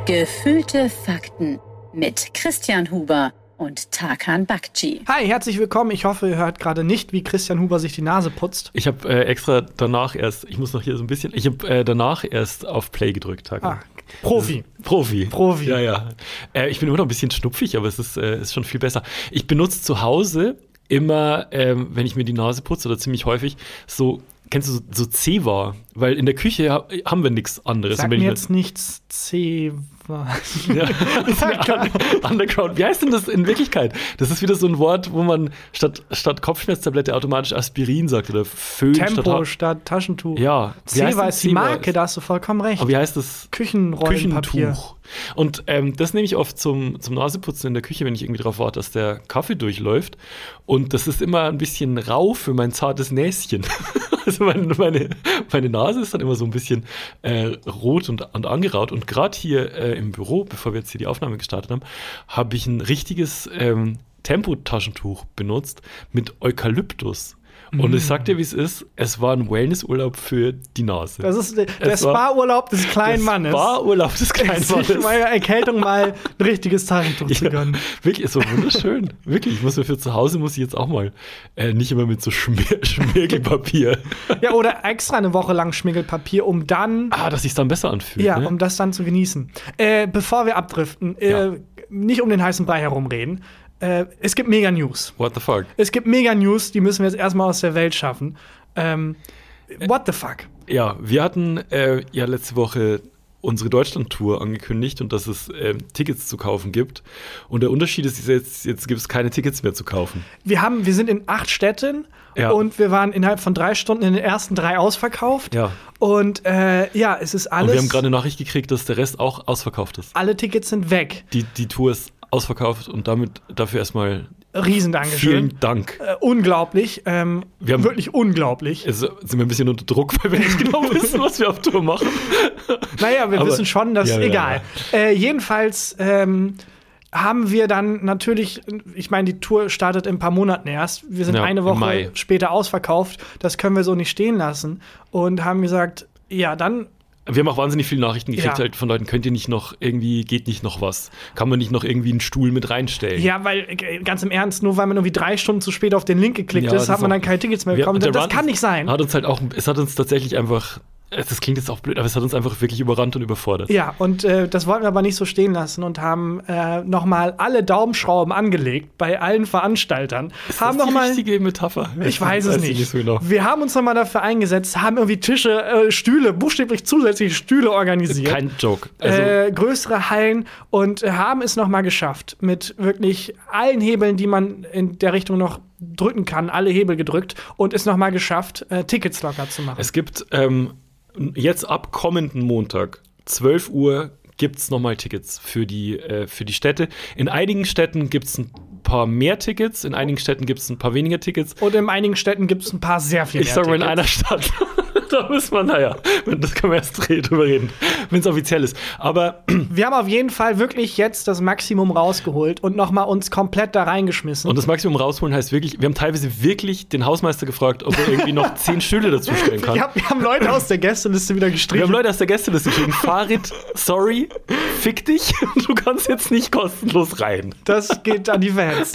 Gefühlte Fakten mit Christian Huber und Tarkan Bakci. Hi, herzlich willkommen. Ich hoffe, ihr hört gerade nicht, wie Christian Huber sich die Nase putzt. Ich habe extra danach erst, ich muss noch hier so ein bisschen, ich habe danach erst auf Play gedrückt, Tarkan. Profi. Ja, ja. Ich bin immer noch ein bisschen schnupfig, aber es ist schon viel besser. Ich benutze zu Hause immer, wenn ich mir die Nase putze, oder ziemlich häufig, so, kennst du so Zewa? Weil in der Küche haben wir nichts anderes. Sag mir jetzt nichts Zewa. Ja, Underground. Wie heißt denn das in Wirklichkeit? Das ist wieder so ein Wort, wo man statt Kopfschmerztablette automatisch Aspirin sagt oder Föhn Tempo statt Taschentuch. Ja. Zewa ist die Marke, da hast du vollkommen recht. Aber wie heißt das? Küchenrollenpapier. Küchentuch. Und das nehme ich oft zum Naseputzen in der Küche, wenn ich irgendwie darauf warte, dass der Kaffee durchläuft. Und das ist immer ein bisschen rau für mein zartes Näschen. Also meine Nase ist dann immer so ein bisschen rot und angeraut. Und gerade hier im Büro, bevor wir jetzt hier die Aufnahme gestartet haben, habe ich ein richtiges Tempotaschentuch benutzt mit Eukalyptus. Und ich sag dir, wie es ist, es war ein Wellnessurlaub für die Nase. Das ist der Spa-Urlaub des kleinen Mannes. Spa-Urlaub des kleinen Mannes. Sich bei der Erkältung mal ein richtiges Taschentuch zu gönnen. Wirklich, ist so wunderschön. Wirklich, ich muss mir für zu Hause jetzt auch mal nicht immer mit so Schmirgelpapier. Ja, oder extra eine Woche lang Schmirgelpapier, um dann dass sich dann besser anfühlt. Ja, ne? um das dann zu genießen. Bevor wir abdriften, nicht um den heißen Brei herumreden. Es gibt Mega-News. What the fuck? Es gibt Mega-News, die müssen wir jetzt erstmal aus der Welt schaffen. What the fuck? Ja, wir hatten letzte Woche unsere Deutschland-Tour angekündigt und dass es Tickets zu kaufen gibt. Und der Unterschied ist, jetzt gibt es keine Tickets mehr zu kaufen. Wir sind in 8 Städten und wir waren innerhalb von 3 Stunden in den ersten 3 ausverkauft. Ja. Und es ist alles. Und wir haben gerade eine Nachricht gekriegt, dass der Rest auch ausverkauft ist. Alle Tickets sind weg. Die Tour ist ausverkauft und dafür erstmal riesen Dankeschön. Vielen Dank. Unglaublich. Wir haben wirklich unglaublich. Jetzt sind wir ein bisschen unter Druck, weil wir nicht genau wissen, was wir auf Tour machen. Naja, wir wissen schon, dass egal. Jedenfalls haben wir dann natürlich, ich meine, die Tour startet in ein paar Monaten erst. Wir sind eine Woche später ausverkauft. Das können wir so nicht stehen lassen. Und haben gesagt, ja, dann. Wir haben auch wahnsinnig viele Nachrichten gekriegt halt von Leuten, geht nicht noch was? Kann man nicht noch irgendwie einen Stuhl mit reinstellen? Ja, weil, ganz im Ernst, nur weil man irgendwie 3 Stunden zu spät auf den Link geklickt ist, hat man dann keine Tickets mehr bekommen. Das kann nicht sein. Es hat uns tatsächlich einfach, das klingt jetzt auch blöd, aber es hat uns einfach wirklich überrannt und überfordert. Ja, und das wollten wir aber nicht so stehen lassen und haben nochmal alle Daumenschrauben angelegt bei allen Veranstaltern. Ist das die richtige Metapher? Ich weiß es nicht. Wir haben uns nochmal dafür eingesetzt, haben irgendwie Tische, Stühle, buchstäblich zusätzliche Stühle organisiert. Kein Joke. Größere Hallen und haben es nochmal geschafft. Mit wirklich allen Hebeln, die man in der Richtung noch drücken kann, alle Hebel gedrückt und es nochmal geschafft, Tickets locker zu machen. Es gibt jetzt ab kommenden Montag, 12 Uhr, gibt es nochmal Tickets für die Städte. In einigen Städten gibt es ein paar mehr Tickets, in einigen Städten gibt es ein paar weniger Tickets. Und in einigen Städten gibt es ein paar sehr viel mehr Tickets. Ich sag mal, in einer Stadt. Da muss man, das können wir erst drüber reden, wenn es offiziell ist. Aber wir haben auf jeden Fall wirklich jetzt das Maximum rausgeholt und nochmal uns komplett da reingeschmissen. Und das Maximum rausholen heißt wirklich, wir haben teilweise wirklich den Hausmeister gefragt, ob er irgendwie noch 10 Stühle dazu stellen kann. Wir haben Leute aus der Gästeliste wieder gestrichen. Wir haben Leute aus der Gästeliste geschrieben, Farid, sorry, fick dich, du kannst jetzt nicht kostenlos rein. Das geht an die Fans.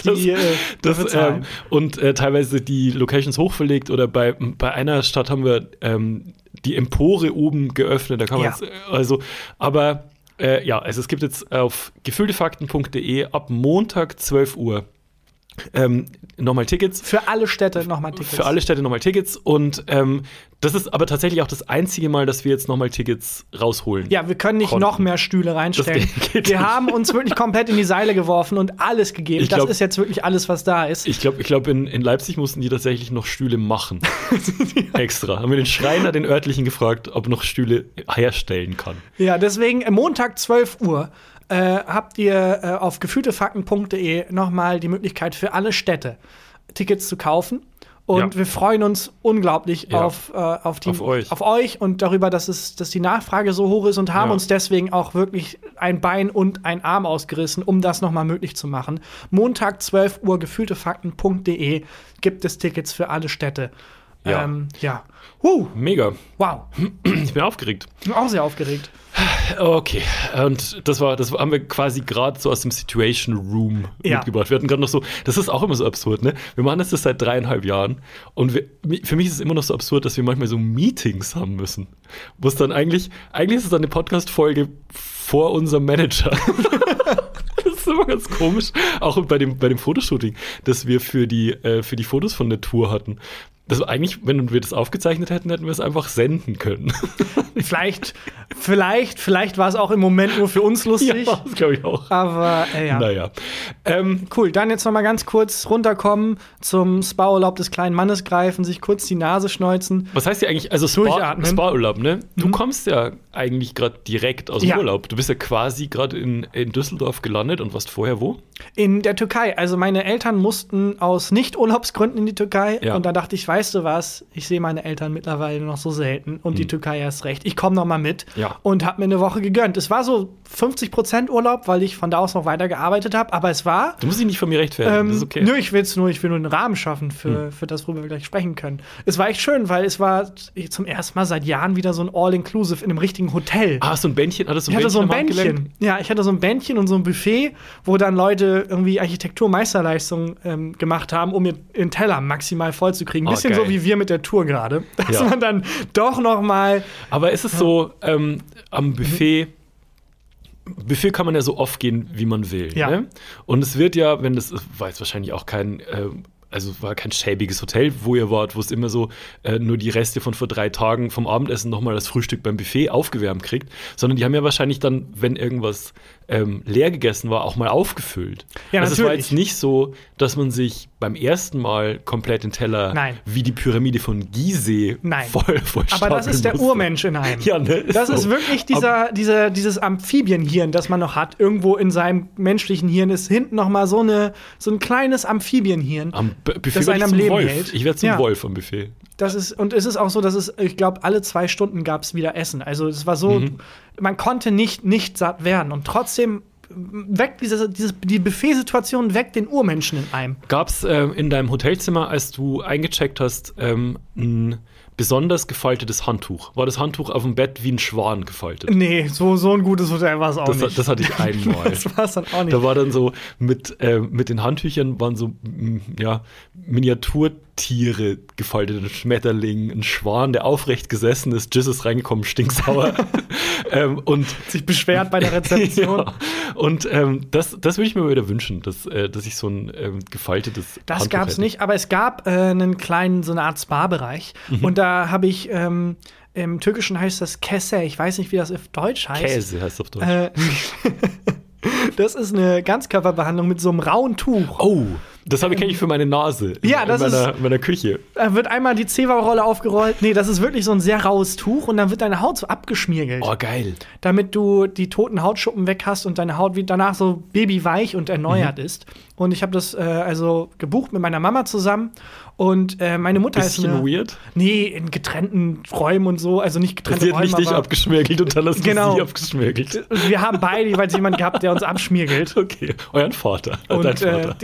Und teilweise die Locations hochverlegt oder bei einer Stadt haben wir die Empore oben geöffnet, da kann man es gibt jetzt auf gefühltefakten.de ab Montag 12 Uhr nochmal Tickets. Für alle Städte nochmal Tickets. Und das ist aber tatsächlich auch das einzige Mal, dass wir jetzt nochmal Tickets rausholen. Ja, wir können nicht noch mehr Stühle reinstellen. Wir haben uns wirklich komplett in die Seile geworfen und alles gegeben. Das ist jetzt wirklich alles, was da ist. Ich glaube, in Leipzig mussten die tatsächlich noch Stühle machen. Extra. Haben wir den Schreiner, den örtlichen, gefragt, ob noch Stühle herstellen kann. Ja, deswegen Montag 12 Uhr. Habt ihr auf gefühltefakten.de nochmal die Möglichkeit für alle Städte Tickets zu kaufen. Und wir freuen uns unglaublich auf euch und darüber, dass die Nachfrage so hoch ist und haben uns deswegen auch wirklich ein Bein und ein Arm ausgerissen, um das nochmal möglich zu machen. Montag 12 Uhr gefühltefakten.de gibt es Tickets für alle Städte. Mega. Wow. Ich bin aufgeregt. Ich bin auch sehr aufgeregt. Okay, und das haben wir quasi gerade so aus dem Situation Room mitgebracht. Wir hatten gerade noch so, das ist auch immer so absurd, ne? Wir machen das seit 3,5 Jahren und für mich ist es immer noch so absurd, dass wir manchmal so Meetings haben müssen. Wo es dann eigentlich ist es dann eine Podcast-Folge vor unserem Manager. Das ist immer ganz komisch. Auch bei dem Fotoshooting, das wir für die Fotos von der Tour hatten. Das war eigentlich, wenn wir das aufgezeichnet hätten, hätten wir es einfach senden können. Vielleicht war es auch im Moment nur für uns lustig. Ja, das glaube ich auch. Aber ja. Naja. Cool, dann jetzt noch mal ganz kurz runterkommen, zum Spa-Urlaub des kleinen Mannes greifen, sich kurz die Nase schneuzen. Was heißt ja eigentlich, also Spa-Urlaub, ne? Du kommst ja eigentlich gerade direkt aus dem Urlaub. Du bist ja quasi gerade in Düsseldorf gelandet und warst vorher wo? In der Türkei. Also meine Eltern mussten aus Nicht-Urlaubsgründen in die Türkei. Ja. Und da dachte ich, weißt du was, ich sehe meine Eltern mittlerweile noch so selten und die Türkei erst recht. Ich komme noch mal mit und habe mir eine Woche gegönnt. Es war so 50% Urlaub, weil ich von da aus noch weiter gearbeitet habe, aber es war... Du musst dich nicht von mir rechtfertigen, das ist okay. Nö, ich will nur einen Rahmen schaffen für das, worüber wir gleich sprechen können. Es war echt schön, weil es war zum ersten Mal seit Jahren wieder so ein All-Inclusive in einem richtigen Hotel. Ah, so ein Bändchen? Ich hatte so ein Bändchen. Ja, ich hatte so ein Bändchen und so ein Buffet, wo dann Leute irgendwie Architektur-Meisterleistung gemacht haben, um ihren Teller maximal voll zu kriegen. Ein bisschen so wie wir mit der Tour gerade. Dass man dann doch noch mal... Aber ist es so, am Buffet kann man ja so oft gehen, wie man will. Ja. Ne? Und es wird ja, war jetzt wahrscheinlich auch kein... war kein schäbiges Hotel, wo ihr wart, wo es immer so nur die Reste von vor 3 Tagen vom Abendessen nochmal das Frühstück beim Buffet aufgewärmt kriegt, sondern die haben ja wahrscheinlich dann, wenn irgendwas leer gegessen war, auch mal aufgefüllt. Ja, also natürlich. es war jetzt nicht so, dass man sich beim ersten Mal komplett den Teller wie die Pyramide von Gizeh voll Aber das ist der musste. Urmensch in einem. Ja, ne? Das ist wirklich dieses Amphibienhirn, das man noch hat. Irgendwo in seinem menschlichen Hirn ist hinten noch mal so ein kleines Amphibienhirn. Buffet das einen am Leben hält. Ich werde zum Wolf am Buffet. Es ist auch so, dass ich glaube, alle 2 Stunden gab es wieder Essen. Also es war so, man konnte nicht satt werden. Und trotzdem weckt die Buffet-Situation weckt den Urmenschen in einem. Gab es in deinem Hotelzimmer, als du eingecheckt hast, ein besonders gefaltetes Handtuch? War das Handtuch auf dem Bett wie ein Schwan gefaltet? Nee, so ein gutes Hotel war es auch nicht. Das hatte ich einmal. Das war es dann auch nicht. Da war dann so, mit den Handtüchern waren so Miniaturtiere gefaltet. Ein Schmetterling, ein Schwan, der aufrecht gesessen ist. Jizz ist reingekommen, stinksauer. Und sich beschwert bei der Rezeption. Ja. Und das würde ich mir mal wieder wünschen, dass ich so ein gefaltetes Das Handtuch gab es hätte. nicht, aber es gab einen kleinen, so eine Art Spa-Bereich. Und da habe ich, im Türkischen heißt das Kesse, ich weiß nicht, wie das auf Deutsch heißt. Käse heißt auf Deutsch. Das ist eine Ganzkörperbehandlung mit so einem rauen Tuch. Oh, das kenne ich für meine Nase in meiner Küche. Da wird einmal die Zewa-Rolle aufgerollt. Nee, das ist wirklich so ein sehr raues Tuch und dann wird deine Haut so abgeschmiergelt. Oh, geil. Damit du die toten Hautschuppen weg hast und deine Haut wie danach so babyweich und erneuert ist. Und ich habe das gebucht mit meiner Mama zusammen. Und meine Mutter ist weird? Nee, in getrennten Räumen und so. Also nicht getrennte Räume, nicht dich abgeschmirgelt und dann hast du sie abgeschmirgelt. Wir haben beide jeweils jemanden gehabt, der uns abschmirgelt. Okay, euren Vater. Und, dein Vater.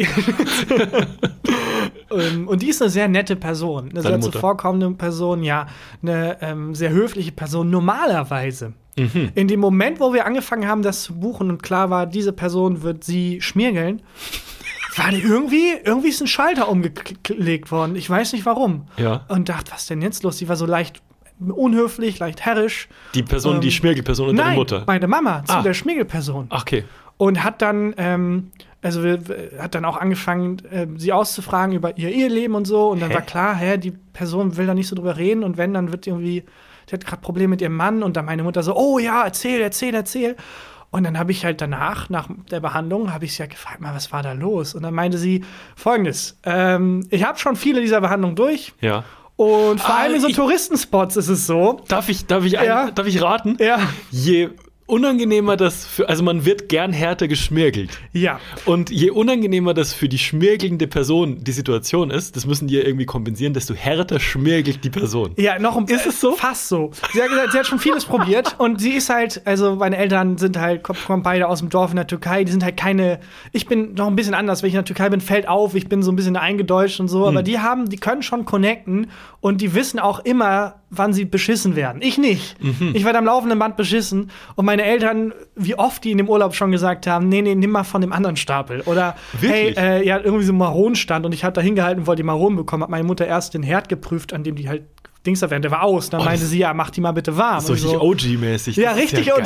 Und die ist eine sehr nette Person. Eine sehr zuvorkommende Person, ja. Eine sehr höfliche Person, normalerweise. In dem Moment, wo wir angefangen haben, das zu buchen und klar war, diese Person wird sie schmirgeln, war irgendwie ist ein Schalter umgelegt worden. Ich weiß nicht warum. Ja. Und dachte, was denn jetzt los? Sie war so leicht unhöflich, leicht herrisch. Die Person, die Schmirgelperson und deine Mutter? Meine Mama zu der Schmirgelperson. Ach, okay. Und hat dann hat dann auch angefangen, sie auszufragen über ihr Eheleben und so. Und dann war klar, die Person will da nicht so drüber reden. Und wenn, dann wird irgendwie, die hat gerade Probleme mit ihrem Mann. Und dann meine Mutter so, oh ja, erzähl. Und dann habe ich halt danach, nach der Behandlung, habe ich sie ja gefragt, was war da los? Und dann meinte sie Folgendes: Ich habe schon viele dieser Behandlungen durch. Ja. Und vor allem in so Touristenspots ist es so. Darf ich raten? Ja. Je unangenehmer also man wird gern härter geschmirgelt. Ja. Und je unangenehmer das für die schmirgelnde Person die Situation ist, das müssen die ja irgendwie kompensieren, desto härter schmirgelt die Person. Ja, ist es so? Fast so. Sie hat gesagt, sie hat schon vieles probiert und sie ist halt, also meine Eltern kommen beide aus dem Dorf in der Türkei, die sind halt ich bin noch ein bisschen anders, wenn ich in der Türkei bin, fällt auf, ich bin so ein bisschen eingedeutscht und so, aber die können schon connecten und die wissen auch immer, wann sie beschissen werden. Ich nicht. Ich werde am laufenden Band beschissen. Und meine Eltern, wie oft die in dem Urlaub schon gesagt haben, nee, nimm mal von dem anderen Stapel. Oder, wirklich? hey, irgendwie so ein Maronenstand und ich habe da hingehalten, wollte die Maronen bekommen. Hat meine Mutter erst den Herd geprüft, an dem die halt Dings da wären, der war aus. Dann meinte sie, ja, mach die mal bitte warm. So richtig OG-mäßig. Ja, richtig. Ja,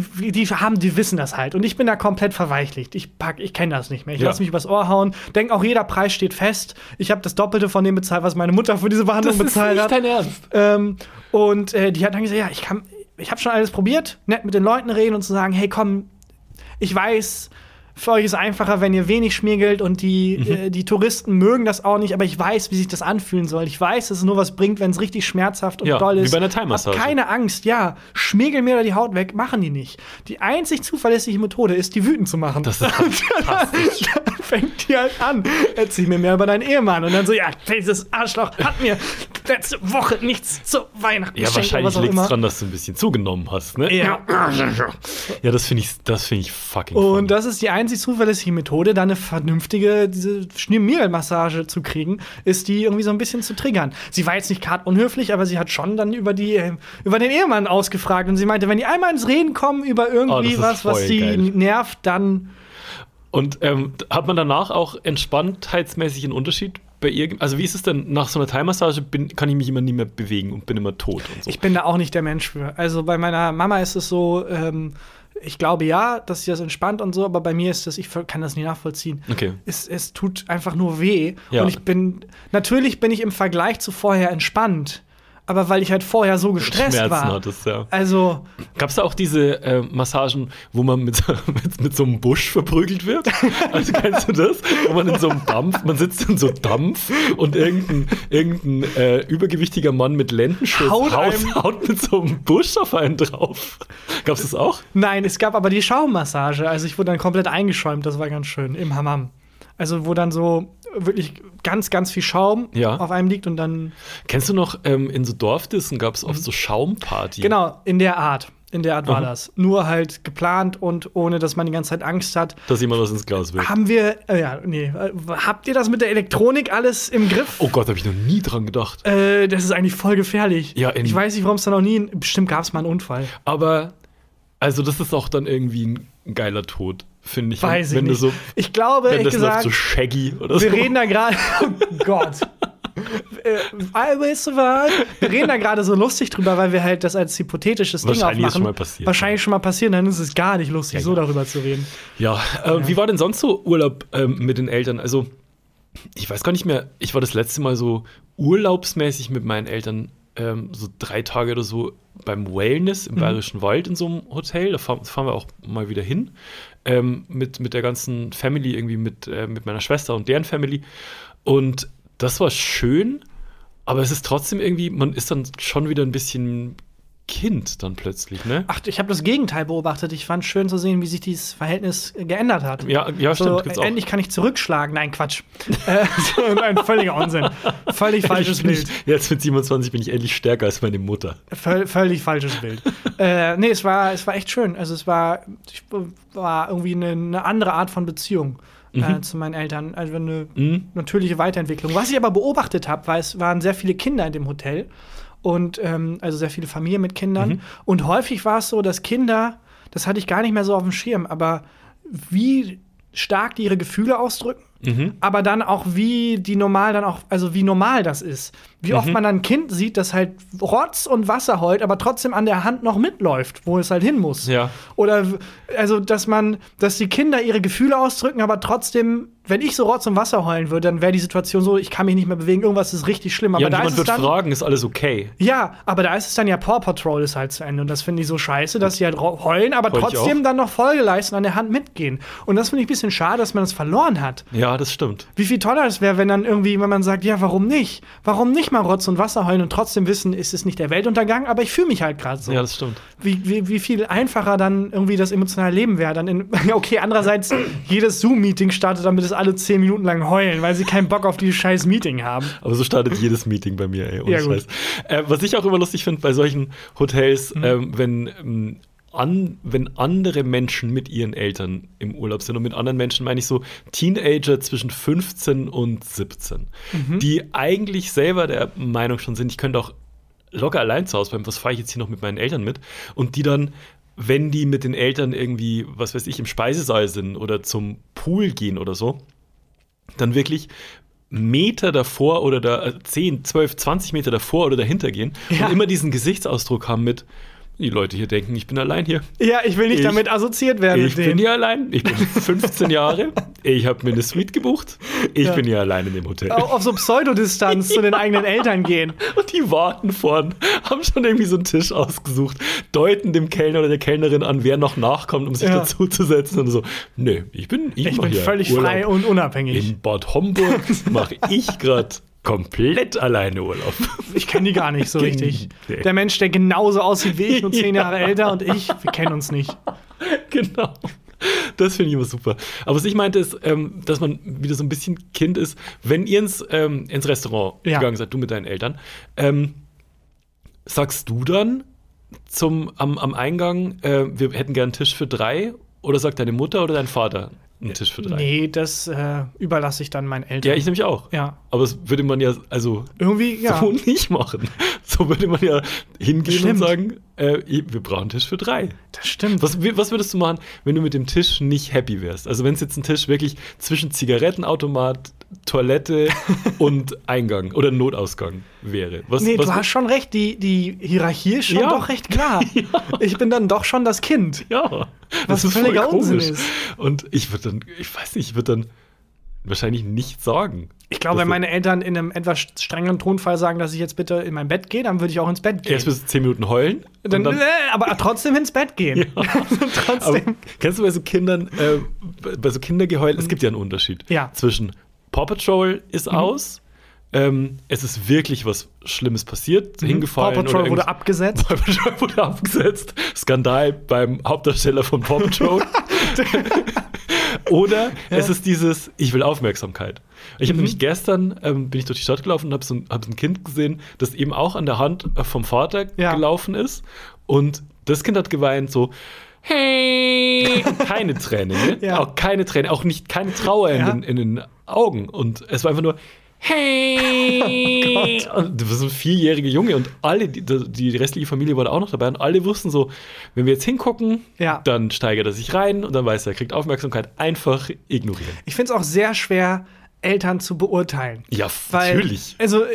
die wissen das halt. Und ich bin da komplett verweichlicht. Ich kenne das nicht mehr. Ich lasse mich übers Ohr hauen. Denk auch, jeder Preis steht fest. Ich habe das Doppelte von dem bezahlt, was meine Mutter für diese Behandlung bezahlt hat. Das ist nicht dein Ernst. Die hat dann gesagt, ja, ich habe schon alles probiert, nett mit den Leuten reden und zu sagen, hey, komm, ich weiß, für euch ist es einfacher, wenn ihr wenig schmiegelt und die Touristen mögen das auch nicht, aber ich weiß, wie sich das anfühlen soll. Ich weiß, dass es nur was bringt, wenn es richtig schmerzhaft und doll ist. Wie bei einer Thai-Massage. Hab keine Angst, ja. Schmiegel mir da die Haut weg, machen die nicht. Die einzig zuverlässige Methode ist, die wütend zu machen. Das ist fantastisch. Dann fängt die halt an. Erzähl mir mehr über deinen Ehemann. Und dann so, ja, dieses Arschloch hat mir letzte Woche nichts zu Weihnachten geschenkt. Ja, wahrscheinlich liegt es daran, dass du ein bisschen zugenommen hast, ne? Ja. Ja, das finde ich fucking Und funny. das ist die einzig zuverlässige Methode, da eine vernünftige diese Schmiermassage zu kriegen, ist die irgendwie so ein bisschen zu triggern. Sie war jetzt nicht gerade unhöflich, aber sie hat schon dann über den Ehemann ausgefragt und sie meinte, wenn die einmal ins Reden kommen über irgendwie was sie nervt, dann. Und hat man danach auch entspanntheitsmäßig einen Unterschied bei ihr? Also wie ist es denn nach so einer Thai-Massage? Kann ich mich immer nie mehr bewegen und bin immer tot und so? Ich bin da auch nicht der Mensch für. Also bei meiner Mama ist es so, ich glaube ja, dass sie das entspannt und so, aber bei mir ist das, ich kann das nicht nachvollziehen. Okay. Es tut einfach nur weh. Ja. Und natürlich bin ich im Vergleich zu vorher entspannt. Aber weil ich halt vorher so gestresst Schmerzen war. Hattest, ja. Also. Gab es da auch diese Massagen, wo man mit so einem Busch verprügelt wird? Also kennst du das? Wo man in so einem Dampf, man sitzt in so Dampf und irgendein übergewichtiger Mann mit Lendenschutz haut mit so einem Busch auf einen drauf. Gab's das auch? Nein, es gab aber die Schaummassage. Also ich wurde dann komplett eingeschäumt, das war ganz schön, im Hammam. Also wo dann so wirklich ganz, ganz viel Schaum auf einem liegt und dann. Kennst du noch, in so Dorfdissen gab es oft so Schaumparty? Genau, in der Art war das. Nur halt geplant und ohne, dass man die ganze Zeit Angst hat. Dass jemand was ins Glas will. Habt ihr das mit der Elektronik alles im Griff? Oh Gott, habe ich noch nie dran gedacht. Das ist eigentlich voll gefährlich. Ja, ich weiß nicht, warum es da noch nie. Bestimmt gab es mal einen Unfall. Aber, also, das ist auch dann irgendwie ein geiler Tod, finde ich. Weiß ich nicht. Ich glaube, wenn das läuft so Shaggy oder so. Wir reden da gerade. Oh Gott. Wir reden da gerade so lustig drüber, weil wir halt das als hypothetisches Ding aufmachen. Wahrscheinlich schon mal passiert, dann ist es gar nicht lustig, so darüber zu reden. Ja, wie war denn sonst so Urlaub mit den Eltern? Also, ich weiß gar nicht mehr, ich war das letzte Mal so urlaubsmäßig mit meinen Eltern so 3 Tage oder so beim Wellness im Bayerischen Wald in so einem Hotel. Da fahren wir auch mal wieder hin. Mit der ganzen Family, irgendwie mit meiner Schwester und deren Family. Und das war schön, aber es ist trotzdem irgendwie, man ist dann schon wieder ein bisschen Kind dann plötzlich, ne? Ach, ich habe das Gegenteil beobachtet. Ich fand es schön zu sehen, wie sich dieses Verhältnis geändert hat. Ja, stimmt. So, endlich kann ich zurückschlagen. Nein, Quatsch. Ein völliger Unsinn. Völlig falsches Bild. Jetzt mit 27 bin ich endlich stärker als meine Mutter. Völlig falsches Bild. Nee, es war echt schön. Also es war irgendwie eine andere Art von Beziehung. Zu meinen Eltern, also eine natürliche Weiterentwicklung. Was ich aber beobachtet habe, war, es waren sehr viele Kinder in dem Hotel und also sehr viele Familien mit Kindern. Und häufig war es so, dass Kinder, das hatte ich gar nicht mehr so auf dem Schirm, aber wie stark die ihre Gefühle ausdrücken, aber dann auch wie normal das ist. Wie oft man dann ein Kind sieht, das halt Rotz und Wasser heult, aber trotzdem an der Hand noch mitläuft, wo es halt hin muss. Ja. Oder also, dass die Kinder ihre Gefühle ausdrücken, aber trotzdem, wenn ich so Rotz und Wasser heulen würde, dann wäre die Situation so, ich kann mich nicht mehr bewegen, irgendwas ist richtig schlimm. Aber ja, da jemand wird fragen, ist alles okay? Ja, aber da ist es dann ja, Paw Patrol ist halt zu Ende. Und das finde ich so scheiße, dass sie halt heulen, aber trotzdem dann noch Folge leisten, an der Hand mitgehen. Und das finde ich ein bisschen schade, dass man das verloren hat. Ja, das stimmt. Wie viel toller es wäre, wenn man sagt, ja, warum nicht? Warum nicht mal Rotz und Wasser heulen und trotzdem wissen, es ist nicht der Weltuntergang, aber ich fühle mich halt gerade so. Ja, das stimmt. Wie viel einfacher dann irgendwie das emotionale Leben wäre. Okay, andererseits, jedes Zoom-Meeting startet, damit es alle 10 Minuten lang heulen, weil sie keinen Bock auf dieses scheiß Meeting haben. Aber so startet jedes Meeting bei mir, ey. Ja, gut. Was ich auch immer lustig finde bei solchen Hotels, wenn andere Menschen mit ihren Eltern im Urlaub sind, und mit anderen Menschen meine ich so Teenager zwischen 15 und 17, die eigentlich selber der Meinung schon sind, ich könnte auch locker allein zu Hause bleiben, was fahre ich jetzt hier noch mit meinen Eltern mit? Und die dann, wenn die mit den Eltern irgendwie, was weiß ich, im Speisesaal sind oder zum Pool gehen oder so, dann wirklich Meter davor oder da 10, 12, 20 Meter davor oder dahinter gehen und immer diesen Gesichtsausdruck haben mit, die Leute hier denken, ich bin allein hier. Ja, ich will nicht damit assoziiert werden. Ich bin hier allein. Ich bin 15 Jahre. Ich habe mir eine Suite gebucht. Ich bin hier allein in dem Hotel. Auch auf so Pseudodistanz zu den eigenen Eltern gehen. Und die warten vorn, haben schon irgendwie so einen Tisch ausgesucht, deuten dem Kellner oder der Kellnerin an, wer noch nachkommt, um sich dazu zu setzen. Und so, nö, ich bin völlig Urlaub. Frei und unabhängig. In Bad Homburg mache ich gerade komplett alleine Urlaub. Ich kenne die gar nicht so richtig. Der Mensch, der genauso aussieht wie ich, nur 10 Jahre älter und ich, wir kennen uns nicht. Genau. Das finde ich immer super. Aber was ich meinte ist, dass man wieder so ein bisschen Kind ist, wenn ihr ins Restaurant gegangen seid, du mit deinen Eltern, sagst du dann am Eingang, wir hätten gern einen Tisch für 3, oder sagt deine Mutter oder dein Vater einen Tisch für 3? Nee, das überlasse ich dann meinen Eltern. Ja, ich nämlich auch. Ja. Aber das würde man ja irgendwie so nicht machen. So würde man ja hingehen und sagen, wir brauchen einen Tisch für 3. Das stimmt. Was würdest du machen, wenn du mit dem Tisch nicht happy wärst? Also wenn es jetzt ein Tisch wirklich zwischen Zigarettenautomat, Toilette und Eingang oder Notausgang wäre. Du hast schon recht, die Hierarchie ist schon doch recht klar. Ja. Ich bin dann doch schon das Kind. Ja. Was völliger Unsinn ist. Und ich würde dann wahrscheinlich nichts sagen. Ich glaube, wenn meine Eltern in einem etwas strengeren Tonfall sagen, dass ich jetzt bitte in mein Bett gehe, dann würde ich auch ins Bett gehen. Erst bis 10 Minuten heulen. Aber trotzdem ins Bett gehen. Ja. Trotzdem. Aber kennst du bei so Kindern, bei so Kindergeheul, es gibt ja einen Unterschied zwischen Paw Patrol ist aus, es ist wirklich was Schlimmes passiert, hingefallen. Paw Patrol wurde abgesetzt. Paw Patrol wurde abgesetzt. Skandal beim Hauptdarsteller von Paw Patrol. Oder es ist dieses, ich will Aufmerksamkeit. Ich habe nämlich gestern, bin ich durch die Stadt gelaufen und habe so ein Kind gesehen, das eben auch an der Hand vom Vater gelaufen ist. Und das Kind hat geweint so, hey! Keine Träne, ne? Auch keine Träne, auch nicht keine Trauer in den Augen. Und es war einfach nur, hey! Oh, und das war so ein 4-jähriger Junge und alle, die restliche Familie war da auch noch dabei und alle wussten so, wenn wir jetzt hingucken, dann steigert er sich rein und dann weiß er kriegt Aufmerksamkeit, einfach ignorieren. Ich finde es auch sehr schwer, Eltern zu beurteilen. Ja, natürlich.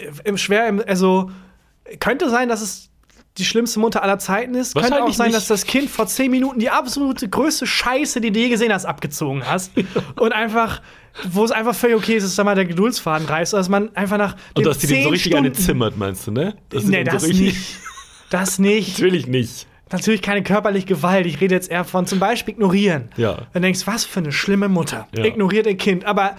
Könnte sein, dass es die schlimmste Mutter aller Zeiten ist. Könnte auch sein, dass das Kind vor 10 Minuten die absolute größte Scheiße, die du je gesehen hast, abgezogen hast. Und einfach, wo es einfach völlig okay ist, dass da mal der Geduldsfaden reißt, dass man einfach nach und dass die dem so richtig eine zimmert, meinst du, ne? Nee, das nicht. Das nicht. Natürlich nicht. Natürlich keine körperliche Gewalt. Ich rede jetzt eher von zum Beispiel ignorieren. Ja. Dann denkst du, was für eine schlimme Mutter. Ja. Ignoriert ihr Kind. Aber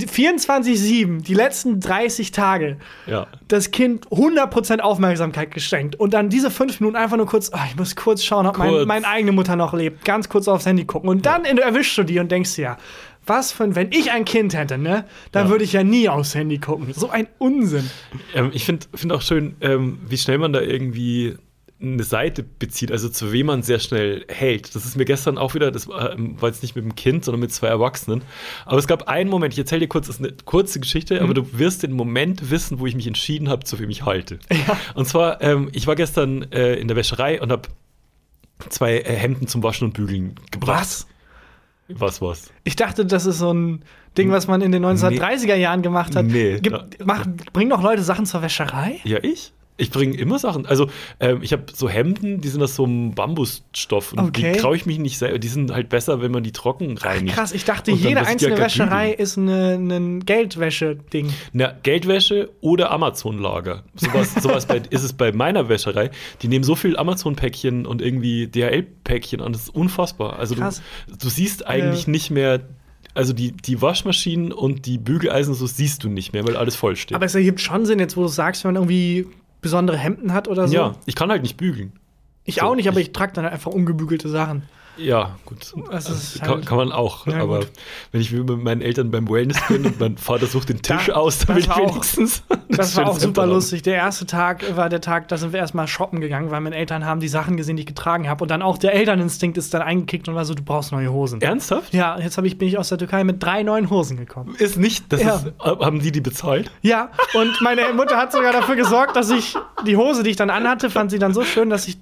24/7, die letzten 30 Tage, das Kind 100% Aufmerksamkeit geschenkt. Und dann diese 5 Minuten einfach nur kurz, ich muss kurz schauen, ob meine eigene Mutter noch lebt. Ganz kurz aufs Handy gucken. Und dann erwischst du die und denkst dir, wenn ich ein Kind hätte, ne, dann würde ich ja nie aufs Handy gucken. So ein Unsinn. Ich find auch schön, wie schnell man da irgendwie eine Seite bezieht, also zu wem man sehr schnell hält. Das ist mir gestern auch wieder, das war jetzt nicht mit dem Kind, sondern mit 2 Erwachsenen. Aber es gab einen Moment, ich erzähle dir kurz, das ist eine kurze Geschichte, aber du wirst den Moment wissen, wo ich mich entschieden habe, zu wem ich halte. Ja. Und zwar, ich war gestern in der Wäscherei und habe 2 Hemden zum Waschen und Bügeln gebracht. Was? Ich dachte, das ist so ein Ding, was man in den 1930er Jahren gemacht hat. Nee. Bringen doch Leute Sachen zur Wäscherei? Ja, Ich bringe immer Sachen. Also, ich habe so Hemden, die sind aus so einem Bambusstoff. Und die traue ich mich nicht selber. Die sind halt besser, wenn man die trocken reinigt. Krass, ich dachte, jede einzelne Wäscherei ist ein Geldwäsche-Ding. Na, Geldwäsche oder Amazon-Lager. Sowas ist es bei meiner Wäscherei. Die nehmen so viel Amazon-Päckchen und irgendwie DHL-Päckchen an. Das ist unfassbar. Also, du siehst eigentlich nicht mehr. Also die Waschmaschinen und die Bügeleisen, so siehst du nicht mehr, weil alles voll steht. Aber es ergibt schon Sinn, jetzt wo du sagst, wenn man irgendwie besondere Hemden hat oder so. Ja, ich kann halt nicht bügeln. Ich auch nicht, aber ich trage dann einfach ungebügelte Sachen. Ja, gut. Kann man auch. Ja, aber wenn ich mit meinen Eltern beim Wellness bin und mein Vater sucht den Tisch aus, dann will ich wenigstens. Das war auch super lustig. Der erste Tag war der Tag, da sind wir erstmal shoppen gegangen, weil meine Eltern haben die Sachen gesehen, die ich getragen habe. Und dann auch der Elterninstinkt ist dann eingekickt und war so, du brauchst neue Hosen. Ernsthaft? Ja, jetzt bin ich aus der Türkei mit 3 neuen Hosen gekommen. Ist nicht, haben die bezahlt? Ja, und meine Mutter hat sogar dafür gesorgt, dass ich die Hose, die ich dann anhatte, fand sie dann so schön, dass ich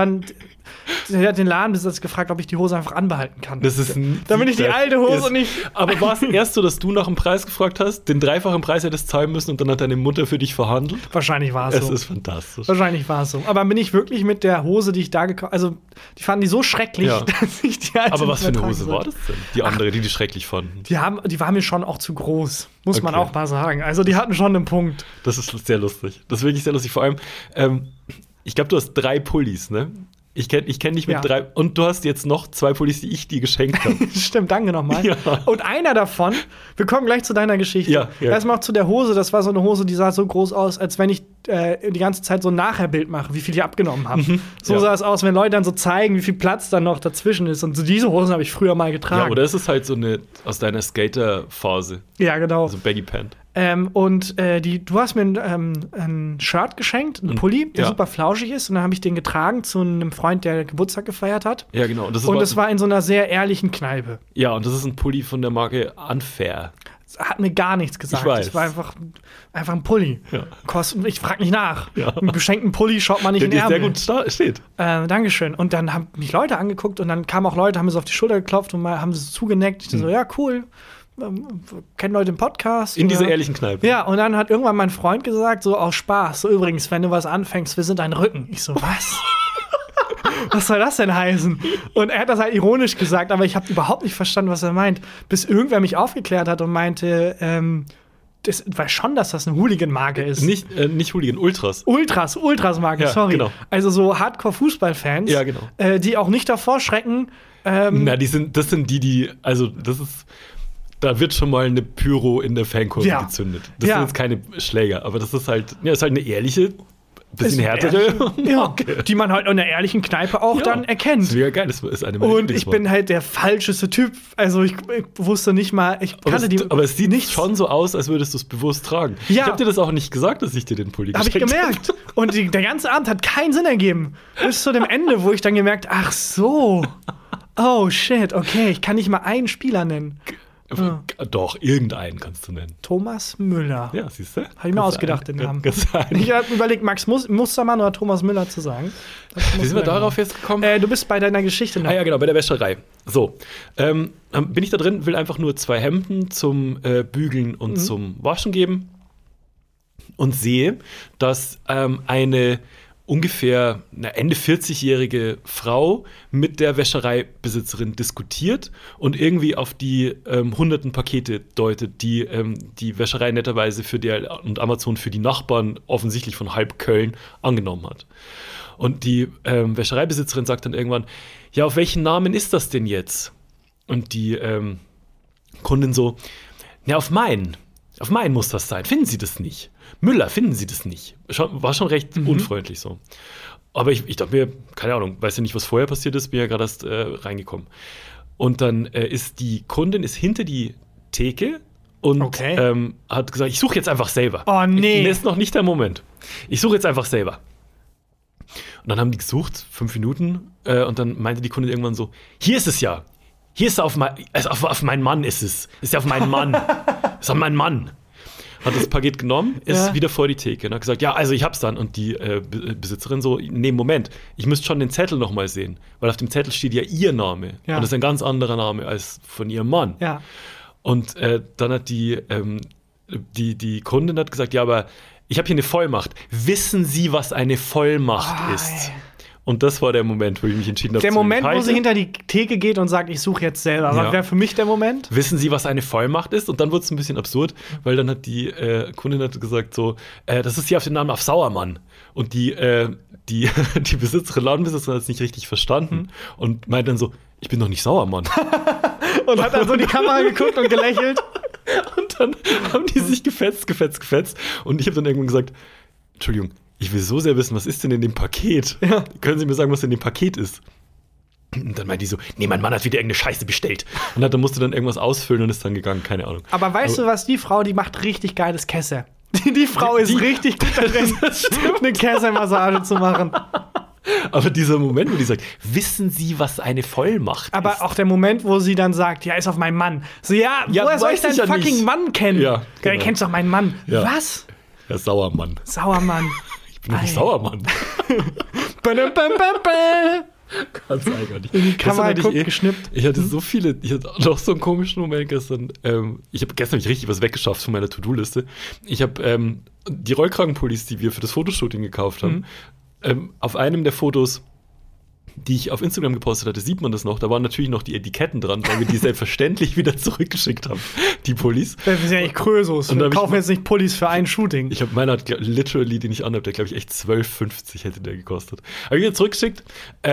sie hat den Ladenbesitzer gefragt, ob ich die Hose einfach anbehalten kann. Damit ich die alte Hose nicht. Aber war es erst so, dass du nach dem Preis gefragt hast, den 3-fachen Preis hättest zahlen müssen und dann hat deine Mutter für dich verhandelt? Wahrscheinlich war es so. Es ist fantastisch. Wahrscheinlich war es so. Aber bin ich wirklich mit der Hose, die ich da gekauft habe, also die fanden die so schrecklich, dass ich die alte. Aber was für eine Hose war das denn? Die andere, die schrecklich fanden? Die war mir schon auch zu groß, muss man auch mal sagen. Also die hatten schon einen Punkt. Das ist sehr lustig. Das ist wirklich sehr lustig. Vor allem, ich glaube, du hast 3 Pullis, ne? Ich kenn dich mit 3. Und du hast jetzt noch 2 Pullis, die ich dir geschenkt habe. Stimmt, danke nochmal. Ja. Und einer davon, wir kommen gleich zu deiner Geschichte. Ja. Erstmal noch zu der Hose. Das war so eine Hose, die sah so groß aus, als wenn ich die ganze Zeit so ein Nachherbild mache, wie viel ich abgenommen habe. So sah es aus, wenn Leute dann so zeigen, wie viel Platz dann noch dazwischen ist. Und so diese Hosen habe ich früher mal getragen. Ja, oder ist es halt so eine aus deiner Skater-Phase? Ja, genau. Also Baggy Pant. Du hast mir ein Shirt geschenkt, einen Pulli, der super flauschig ist. Und dann habe ich den getragen zu einem Freund, der Geburtstag gefeiert hat. Ja, genau. Und es war in so einer sehr ehrlichen Kneipe. Ja, und das ist ein Pulli von der Marke Unfair. Hat mir gar nichts gesagt. Ich weiß. Es war einfach ein Pulli. Ja. Ich frag nicht nach. Ja. Einen geschenkten Pulli schaut man nicht in den Ärmel. Der sehr gut steht. Dankeschön. Und dann haben mich Leute angeguckt und dann kamen auch Leute, haben mir so auf die Schulter geklopft und haben so zugeneckt. Ich dachte so, ja, cool. Kennen Leute den Podcast? In dieser ehrlichen Kneipe. Ja, und dann hat irgendwann mein Freund gesagt, so aus Spaß, so übrigens, wenn du was anfängst, wir sind dein Rücken. Ich so, was? Was soll das denn heißen? Und er hat das halt ironisch gesagt, aber ich habe überhaupt nicht verstanden, was er meint. Bis irgendwer mich aufgeklärt hat und meinte, das weiß schon, dass das eine Hooligan-Marke ist. Nicht Hooligan, Ultras. Ultras-Marke, ja, sorry. Genau. Also so Hardcore-Fußballfans, ja, genau. Die auch nicht davor schrecken. Das sind die, also das ist, da wird schon mal eine Pyro in der Fankurve gezündet. Das sind jetzt keine Schläger, aber das ist halt eine ehrliche, bisschen härtere Marke. Die man halt in einer ehrlichen Kneipe auch dann erkennt. Das wäre geil, das ist eine Und ich bin halt der falscheste Typ. Also ich wusste nicht mal, aber es sieht nicht schon so aus, als würdest du es bewusst tragen. Ja. Ich habe dir das auch nicht gesagt, dass ich dir den Pulli geschenkt habe. Habe ich gemerkt. Und der ganze Abend hat keinen Sinn ergeben. Bis zu dem Ende, wo ich dann gemerkt, ach so. Oh shit, okay, ich kann nicht mal einen Spieler nennen. Doch, irgendeinen kannst du nennen. Thomas Müller. Ja, siehst du? Habe ich mir ausgedacht, den Namen. Ich habe überlegt, Max Mustermann oder Thomas Müller zu sagen. Wie sind wir darauf jetzt gekommen? Du bist bei deiner Geschichte noch. Ja, genau, bei der Wäscherei. So, bin ich da drin, will einfach nur 2 Hemden zum Bügeln und zum Waschen geben und sehe, dass eine ungefähr eine Ende 40-jährige Frau mit der Wäschereibesitzerin diskutiert und irgendwie auf die hunderten Pakete deutet, die die Wäscherei netterweise und Amazon für die Nachbarn offensichtlich von halb Köln angenommen hat. Und die Wäschereibesitzerin sagt dann irgendwann, ja, auf welchen Namen ist das denn jetzt? Und die Kundin so, ja, auf meinen. Auf meinen muss das sein. Finden Sie das nicht? Müller, finden Sie das nicht? War schon recht unfreundlich so. Aber ich dachte mir, keine Ahnung, weiß ja nicht, was vorher passiert ist, bin ja gerade erst reingekommen. Und dann ist die Kundin hinter die Theke und hat gesagt, ich suche jetzt einfach selber. Oh nee. Das ist noch nicht der Moment. Ich suche jetzt einfach selber. Und dann haben die gesucht, 5 Minuten, und dann meinte die Kundin irgendwann so, hier ist es ja. Hier ist auf meinen Mann ist es. Ist ja auf meinen Mann. Ist auf meinen Mann. Hat das Paket genommen, ist wieder vor die Theke und hat gesagt, ja, also ich hab's dann. Und die Besitzerin so, nee, Moment, ich müsste schon den Zettel noch mal sehen. Weil auf dem Zettel steht ja ihr Name. Ja. Und das ist ein ganz anderer Name als von ihrem Mann. Ja. Und dann hat die Kundin hat gesagt, ja, aber ich habe hier eine Vollmacht. Wissen Sie, was eine Vollmacht ist? Und das war der Moment, wo ich mich entschieden habe. Der Moment, wo sie hinter die Theke geht und sagt, ich suche jetzt selber. Ja. Wäre für mich der Moment. Wissen Sie, was eine Vollmacht ist? Und dann wurde es ein bisschen absurd, weil dann hat die Kundin gesagt so, das ist hier auf den Namen auf Sauermann. Und die Ladenbesitzerin hat es nicht richtig verstanden und meint dann so, ich bin doch nicht Sauermann. Und hat dann so in die Kamera geguckt und gelächelt. Und dann haben die sich gefetzt. Und ich habe dann irgendwann gesagt, Entschuldigung, ich will so sehr wissen, was ist denn in dem Paket? Ja. Können Sie mir sagen, was in dem Paket ist? Und dann meint die so, nee, mein Mann hat wieder irgendeine Scheiße bestellt. Und dann musste dann irgendwas ausfüllen und ist dann gegangen, keine Ahnung. Aber weißt du was, die Frau, die macht richtig geiles Kesse. Die Frau ist richtig gut darin, eine Käsemassage zu machen. Aber dieser Moment, wo die sagt, wissen Sie, was eine Vollmacht Aber ist? auch der Moment, wo sie dann sagt, ja, ist auf meinen Mann. So, ja, woher soll ich weiß deinen ja fucking nicht. Mann kennen? Ja, Du genau. kennst doch meinen Mann. Ja. Was? Ja, Sauermann. Sauermann. Ich bin nicht Sauermann. Badum, bam, bam, bam. Ganz ärgerlich. In die Kamera Gestern hatte guckt, geschnippt. Ich hatte so viele, ich hatte noch so einen komischen Moment gestern. Gestern hab ich richtig was weggeschafft von meiner To-Do-Liste. Ich habe die Rollkragenpullis, die wir für das Fotoshooting gekauft haben, auf einem der Fotos, die ich auf Instagram gepostet hatte, sieht man das noch. Da waren natürlich noch die Etiketten dran, weil wir die selbstverständlich wieder zurückgeschickt haben, die Pullis. Wir sind ja echt Krösus. Und da Wir hab ich kaufen jetzt nicht Pullis für ein Shooting. Ich habe meiner, literally, den ich anhabe, der glaube ich echt 12,50 hätte der gekostet. Habe ich wieder zurückgeschickt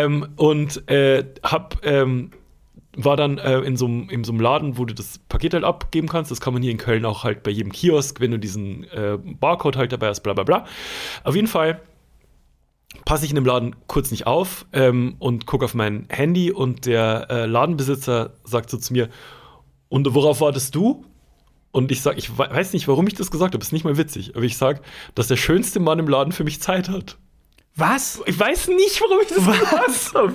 war dann in so einem Laden, wo du das Paket halt abgeben kannst. Das kann man hier in Köln auch halt bei jedem Kiosk, wenn du diesen Barcode halt dabei hast, bla bla bla. Auf jeden Fall passe ich in dem Laden kurz nicht auf und gucke auf mein Handy und der Ladenbesitzer sagt so zu mir, und worauf wartest du? Und ich sage, ich weiß nicht, warum ich das gesagt habe, ist nicht mal witzig, aber ich sage, dass der schönste Mann im Laden für mich Zeit hat. Was? Ich weiß nicht, warum ich das gesagt habe.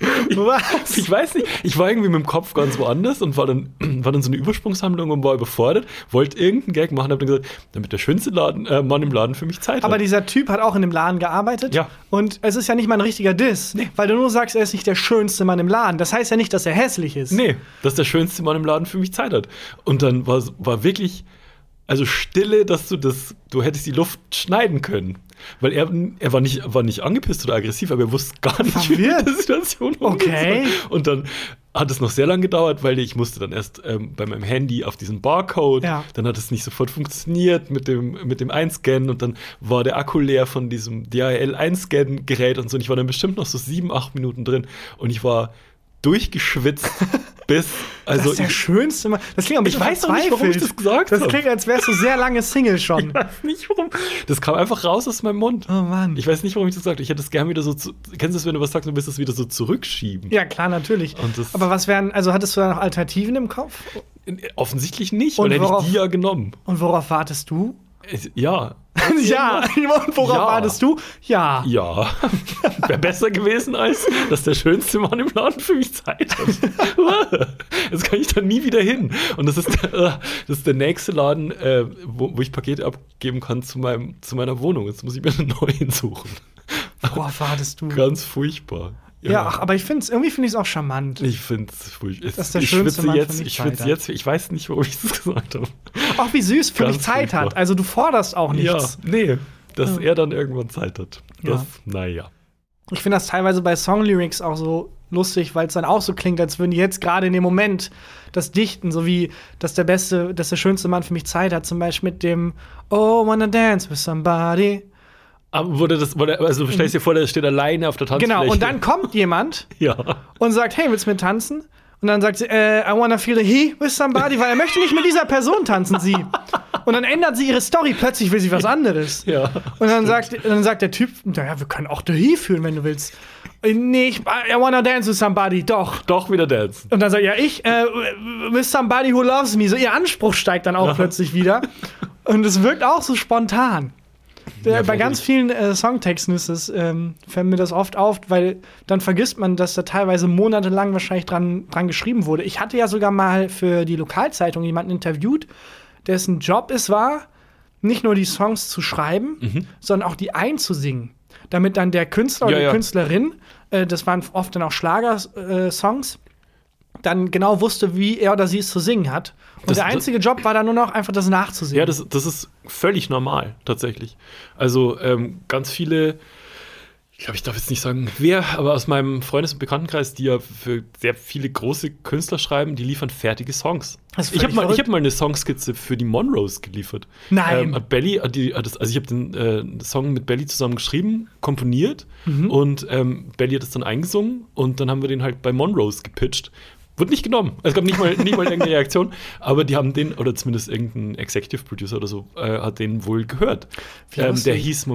Was? Ich weiß nicht. Ich war irgendwie mit dem Kopf ganz woanders und war dann so eine Übersprungshandlung und war überfordert, wollte irgendeinen Gag machen, hab dann gesagt, damit der schönste Mann im Laden für mich Zeit hat. Aber dieser Typ hat auch in dem Laden gearbeitet. Ja. Und es ist ja nicht mal ein richtiger Diss, weil du nur sagst, er ist nicht der schönste Mann im Laden. Das heißt ja nicht, dass er hässlich ist. Nee, dass der schönste Mann im Laden für mich Zeit hat. Und dann war wirklich, also Stille, dass du hättest die Luft schneiden können. Weil er war nicht angepisst oder aggressiv, aber er wusste gar nicht, wie er mit der Situation umgehen Okay. soll. Und dann hat es noch sehr lange gedauert, weil ich musste dann erst bei meinem Handy auf diesen Barcode, dann hat es nicht sofort funktioniert mit dem Einscannen und dann war der Akku leer von diesem DHL-Einscannen-Gerät und so. Und ich war dann bestimmt noch so 7-8 Minuten drin und ich war durchgeschwitzt bis, also das ist der schönste Mann. Das klingt ein bisschen ich weiß auch nicht, warum ich das gesagt habe. Das klingt, als wärst du sehr lange Single schon. Ich weiß nicht, warum. Das kam einfach raus aus meinem Mund. Oh Mann. Ich weiß nicht, warum ich das gesagt habe. Ich hätte es gerne wieder so, kennst du das, wenn du was sagst, du willst es wieder so zurückschieben? Ja, klar, natürlich. Aber was wären, also hattest du da noch Alternativen im Kopf? Offensichtlich nicht, Und weil hätte ich die ja genommen. Und worauf wartest du? Ja. Ja, und worauf wartest du? Ja. Ja. Wäre besser gewesen, als dass der schönste Mann im Laden für mich Zeit hat. Jetzt kann ich da nie wieder hin. Und das ist der nächste Laden, wo ich Pakete abgeben kann zu meiner Wohnung. Jetzt muss ich mir einen neuen suchen. Worauf wartest du? Ganz furchtbar. Ja, ach, aber irgendwie finde ich es auch charmant. Ich finde es furchtbar. Das ist der schönste Mann für mich Ich schwitze jetzt. Ich weiß nicht, warum ich das gesagt habe. Auch wie süß für mich Zeit furchtbar. hat. Also du forderst auch nichts. Ja, nee, dass er dann irgendwann Zeit hat. Naja. Ich finde das teilweise bei Songlyrics auch so lustig, weil es dann auch so klingt, als würden die jetzt gerade in dem Moment das dichten, so wie, dass der schönste Mann für mich Zeit hat, zum Beispiel mit dem Oh, wanna dance with somebody. Aber also stellst dir vor, der steht alleine auf der Tanzfläche. Genau, und dann kommt jemand ja. und sagt, hey, willst du mit tanzen? Und dann sagt sie, I wanna feel the heat with somebody, weil er möchte nicht mit dieser Person tanzen, sie. Und dann ändert sie ihre Story, plötzlich will sie was anderes. Ja, und dann sagt der Typ, naja, wir können auch the heat fühlen, wenn du willst. Nee, I wanna dance with somebody, doch. Doch wieder dance. Und dann sagt ich with somebody who loves me. So ihr Anspruch steigt dann auch plötzlich wieder. Und es wirkt auch so spontan. Ja, bei ganz vielen Songtexten fällt mir das oft auf, weil dann vergisst man, dass da teilweise monatelang wahrscheinlich dran geschrieben wurde. Ich hatte ja sogar mal für die Lokalzeitung jemanden interviewt, dessen Job es war, nicht nur die Songs zu schreiben, sondern auch die einzusingen. Damit dann der Künstler oder die Künstlerin, das waren oft dann auch Schlagersongs, dann genau wusste, wie er oder sie es zu singen hat. Und der einzige Job war dann nur noch einfach das nachzusingen. Ja, das ist völlig normal, tatsächlich. Also ganz viele, ich glaube, ich darf jetzt nicht sagen, wer, aber aus meinem Freundes- und Bekanntenkreis, die ja für sehr viele große Künstler schreiben, die liefern fertige Songs. Ich habe mal eine Songskizze für die Monroes geliefert. Nein. Ich habe den Song mit Belly zusammen geschrieben, komponiert und Belly hat es dann eingesungen und dann haben wir den halt bei Monroes gepitcht. Wurde nicht genommen. Es gab nicht mal irgendeine Reaktion, aber die haben den, oder zumindest irgendein Executive Producer oder so, hat den wohl gehört. Der hieß,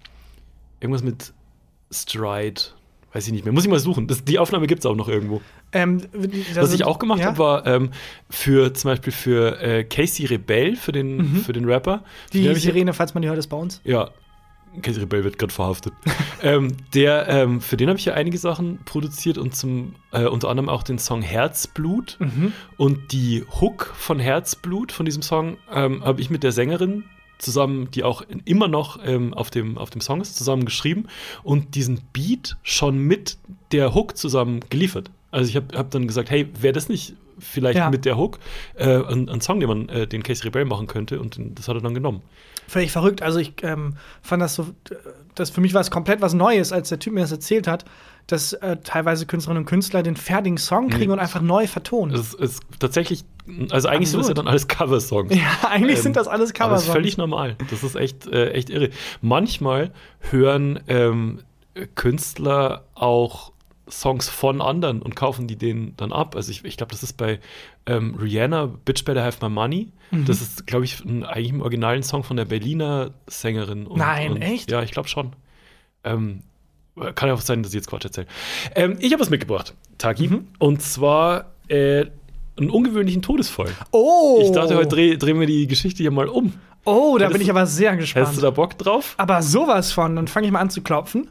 irgendwas mit Stride, weiß ich nicht mehr. Muss ich mal suchen. Die Aufnahme gibt es auch noch irgendwo. Was ich auch gemacht habe, war zum Beispiel für Casey Rebell, für den Rapper. Die Sirene, falls man die hört, ist bei uns. Ja, Casey Rebell wird gerade verhaftet. Für den habe ich ja einige Sachen produziert und unter anderem auch den Song Herzblut. Und die Hook von Herzblut, von diesem Song, habe ich mit der Sängerin zusammen, die auch immer noch auf dem Song ist, zusammen geschrieben und diesen Beat schon mit der Hook zusammen geliefert. Also ich hab dann gesagt, hey, wäre das nicht vielleicht mit der Hook ein Song, den Casey Rebell machen könnte, und das hat er dann genommen. Völlig verrückt. Also ich fand das so, für mich war es komplett was Neues, als der Typ mir das erzählt hat, dass teilweise Künstlerinnen und Künstler den fertigen Song kriegen und einfach neu vertonen. Das ist tatsächlich, also eigentlich sind das ja dann alles Coversongs. Ja, eigentlich sind das alles Coversongs. Das ist völlig normal. Das ist echt irre. Manchmal hören Künstler auch Songs von anderen und kaufen die denen dann ab. Also ich glaube, das ist bei Rihanna, Bitch Better Have My Money. Das ist, glaube ich, eigentlich im originalen Song von der Berliner Sängerin. Nein, echt? Ja, ich glaube schon. Kann ja auch sein, dass ich jetzt Quatsch erzähle. Ich habe was mitgebracht, Tagi. Und zwar einen ungewöhnlichen Todesfall. Oh! Ich dachte, heute drehen wir die Geschichte hier mal um. Oh, da bin ich aber sehr gespannt. Hast du da Bock drauf? Aber sowas von. Dann fange ich mal an zu klopfen.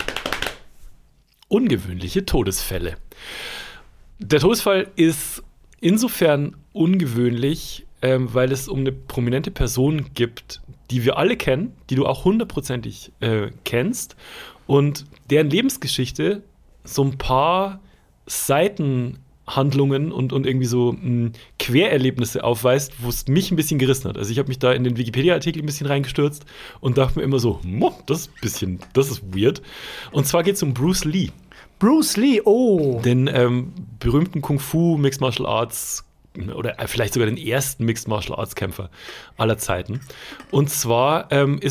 Ungewöhnliche Todesfälle. Der Todesfall ist insofern ungewöhnlich, weil es um eine prominente Person gibt, die wir alle kennen, die du auch hundertprozentig kennst und deren Lebensgeschichte so ein paar Seitenhandlungen und irgendwie so Quererlebnisse aufweist, wo es mich ein bisschen gerissen hat. Also ich habe mich da in den Wikipedia-Artikel ein bisschen reingestürzt und dachte mir immer so, das ist weird. Und zwar geht es um Bruce Lee. Bruce Lee, oh. Den berühmten Kung-Fu Mixed Martial Arts oder vielleicht sogar den ersten Mixed Martial Arts Kämpfer aller Zeiten. Und zwar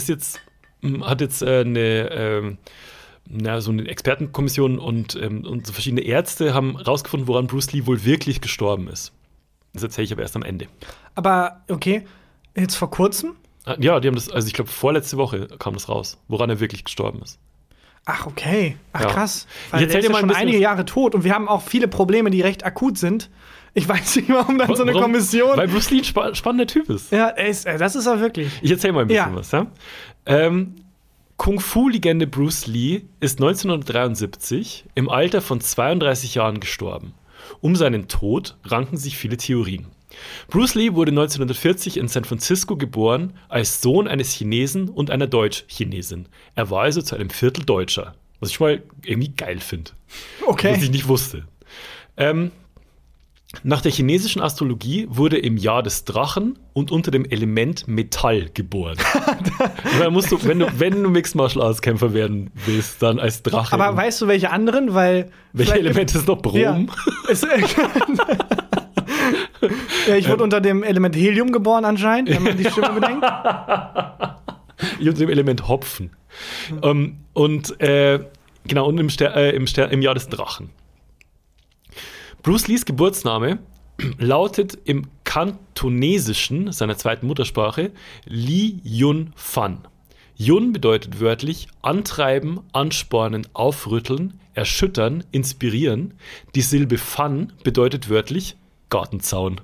hat jetzt so eine Expertenkommission und so verschiedene Ärzte haben rausgefunden, woran Bruce Lee wohl wirklich gestorben ist. Das erzähle ich aber erst am Ende. Aber, okay, jetzt vor kurzem? Ja, die haben das, also ich glaube, vorletzte Woche kam das raus, woran er wirklich gestorben ist. Ach, okay. Ach, ja. Krass. Weil der ist ja schon einige Jahre tot und wir haben auch viele Probleme, die recht akut sind. Ich weiß nicht, warum dann so eine Kommission. Weil Bruce Lee ein spannender Typ ist. Ja, das ist er wirklich. Ich erzähle mal ein bisschen was, ja? Kung-Fu-Legende Bruce Lee ist 1973 im Alter von 32 Jahren gestorben. Um seinen Tod ranken sich viele Theorien. Bruce Lee wurde 1940 in San Francisco geboren, als Sohn eines Chinesen und einer Deutsch-Chinesin. Er war also zu einem Viertel Deutscher, was ich schon mal irgendwie geil finde. Okay. Was ich nicht wusste. Nach der chinesischen Astrologie wurde im Jahr des Drachen und unter dem Element Metall geboren. Dann musst du, wenn du Mixed Martial Arts Kämpfer werden willst, dann als Drache. Aber weißt du, welche anderen? Welche Elemente ist noch? Brom? Ja. Ja, ich wurde unter dem Element Helium geboren anscheinend, wenn man die Stimme bedenkt. Ich unter dem Element Hopfen. Und im Jahr des Drachen. Bruce Lees Geburtsname lautet im Kantonesischen, seiner zweiten Muttersprache, Li Yun Fan. Yun bedeutet wörtlich antreiben, anspornen, aufrütteln, erschüttern, inspirieren. Die Silbe Fan bedeutet wörtlich Gartenzaun.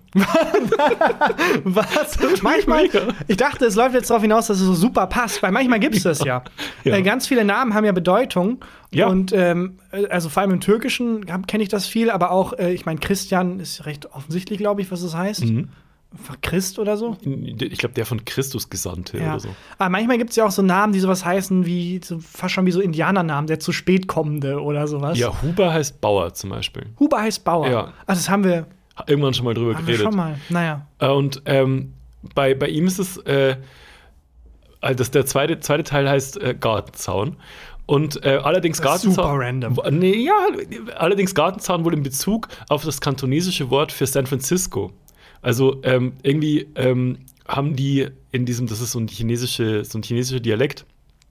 Was? Manchmal, ich dachte, es läuft jetzt darauf hinaus, dass es so super passt, weil manchmal gibt es das ja. Ganz viele Namen haben ja Bedeutung. Ja. Und also vor allem im Türkischen kenne ich das viel, aber auch, ich meine, Christian ist recht offensichtlich, glaube ich, was das heißt. Einfach Christ oder so? Ich glaube, der von Christus Gesandte oder so. Aber manchmal gibt es ja auch so Namen, die sowas heißen wie, fast schon wie so Indianernamen, der zu spät kommende oder sowas. Ja, Huber heißt Bauer zum Beispiel. Huber heißt Bauer. Ja. Ach, das haben wir irgendwann schon mal drüber geredet. Schon mal, naja. Und bei ihm ist es, also der zweite Teil heißt Gartenzaun. Und allerdings Gartenzaun. Super random. Allerdings Gartenzaun wohl in Bezug auf das kantonesische Wort für San Francisco. Also irgendwie haben die in diesem, das ist so ein chinesischer Dialekt,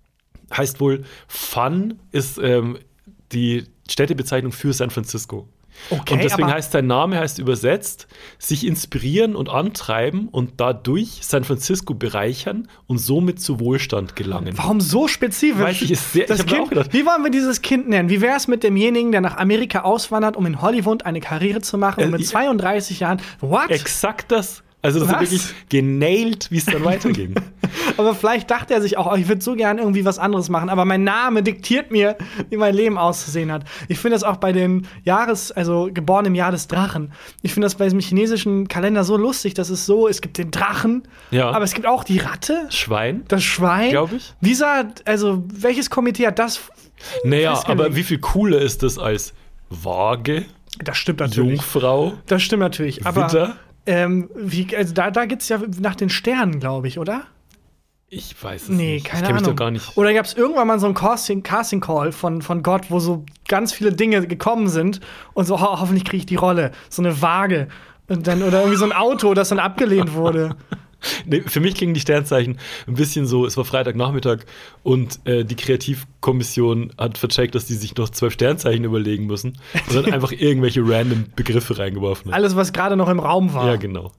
heißt wohl, Fan ist die Städtebezeichnung für San Francisco. Okay, und deswegen aber heißt sein Name übersetzt, sich inspirieren und antreiben und dadurch San Francisco bereichern und somit zu Wohlstand gelangen. warum so spezifisch? Weiß ich, ist sehr, Das ich hab mir Kind, auch gedacht. wie wollen wir dieses Kind nennen? Wie wäre es mit demjenigen, der nach Amerika auswandert, um in Hollywood eine Karriere zu machen und mit 32 Jahren, what? Exakt das. Also das ist Was? wirklich genailt, wie es dann weiterging. Aber vielleicht dachte er sich auch, ich würde so gern irgendwie was anderes machen, aber mein Name diktiert mir, wie mein Leben auszusehen hat. Ich finde das auch bei den also geboren im Jahr des Drachen. Ich finde das bei diesem chinesischen Kalender so lustig, dass es gibt den Drachen, Ja. aber es gibt auch die Ratte, Schwein? das Schwein. Glaub ich. Welches Komitee hat das? Naja, festgelegt? aber wie viel cooler ist das als Waage, Das stimmt natürlich. Jungfrau, Das stimmt natürlich. Aber Widder? da geht's ja nach den Sternen, glaube ich, oder? Ich weiß es Nee, nicht. keine ich kenn mich Ahnung. doch gar nicht. Oder gab es irgendwann mal so ein Casting-Call von Gott, wo so ganz viele Dinge gekommen sind und so, hoffentlich kriege ich die Rolle. So eine Waage. Und dann, oder irgendwie so ein Auto, das dann abgelehnt wurde. Nee, für mich klingen die Sternzeichen ein bisschen so, es war Freitagnachmittag und die Kreativkommission hat vercheckt, dass die sich noch 12 Sternzeichen überlegen müssen und dann einfach irgendwelche random Begriffe reingeworfen hat. Alles, was gerade noch im Raum war. Ja, genau.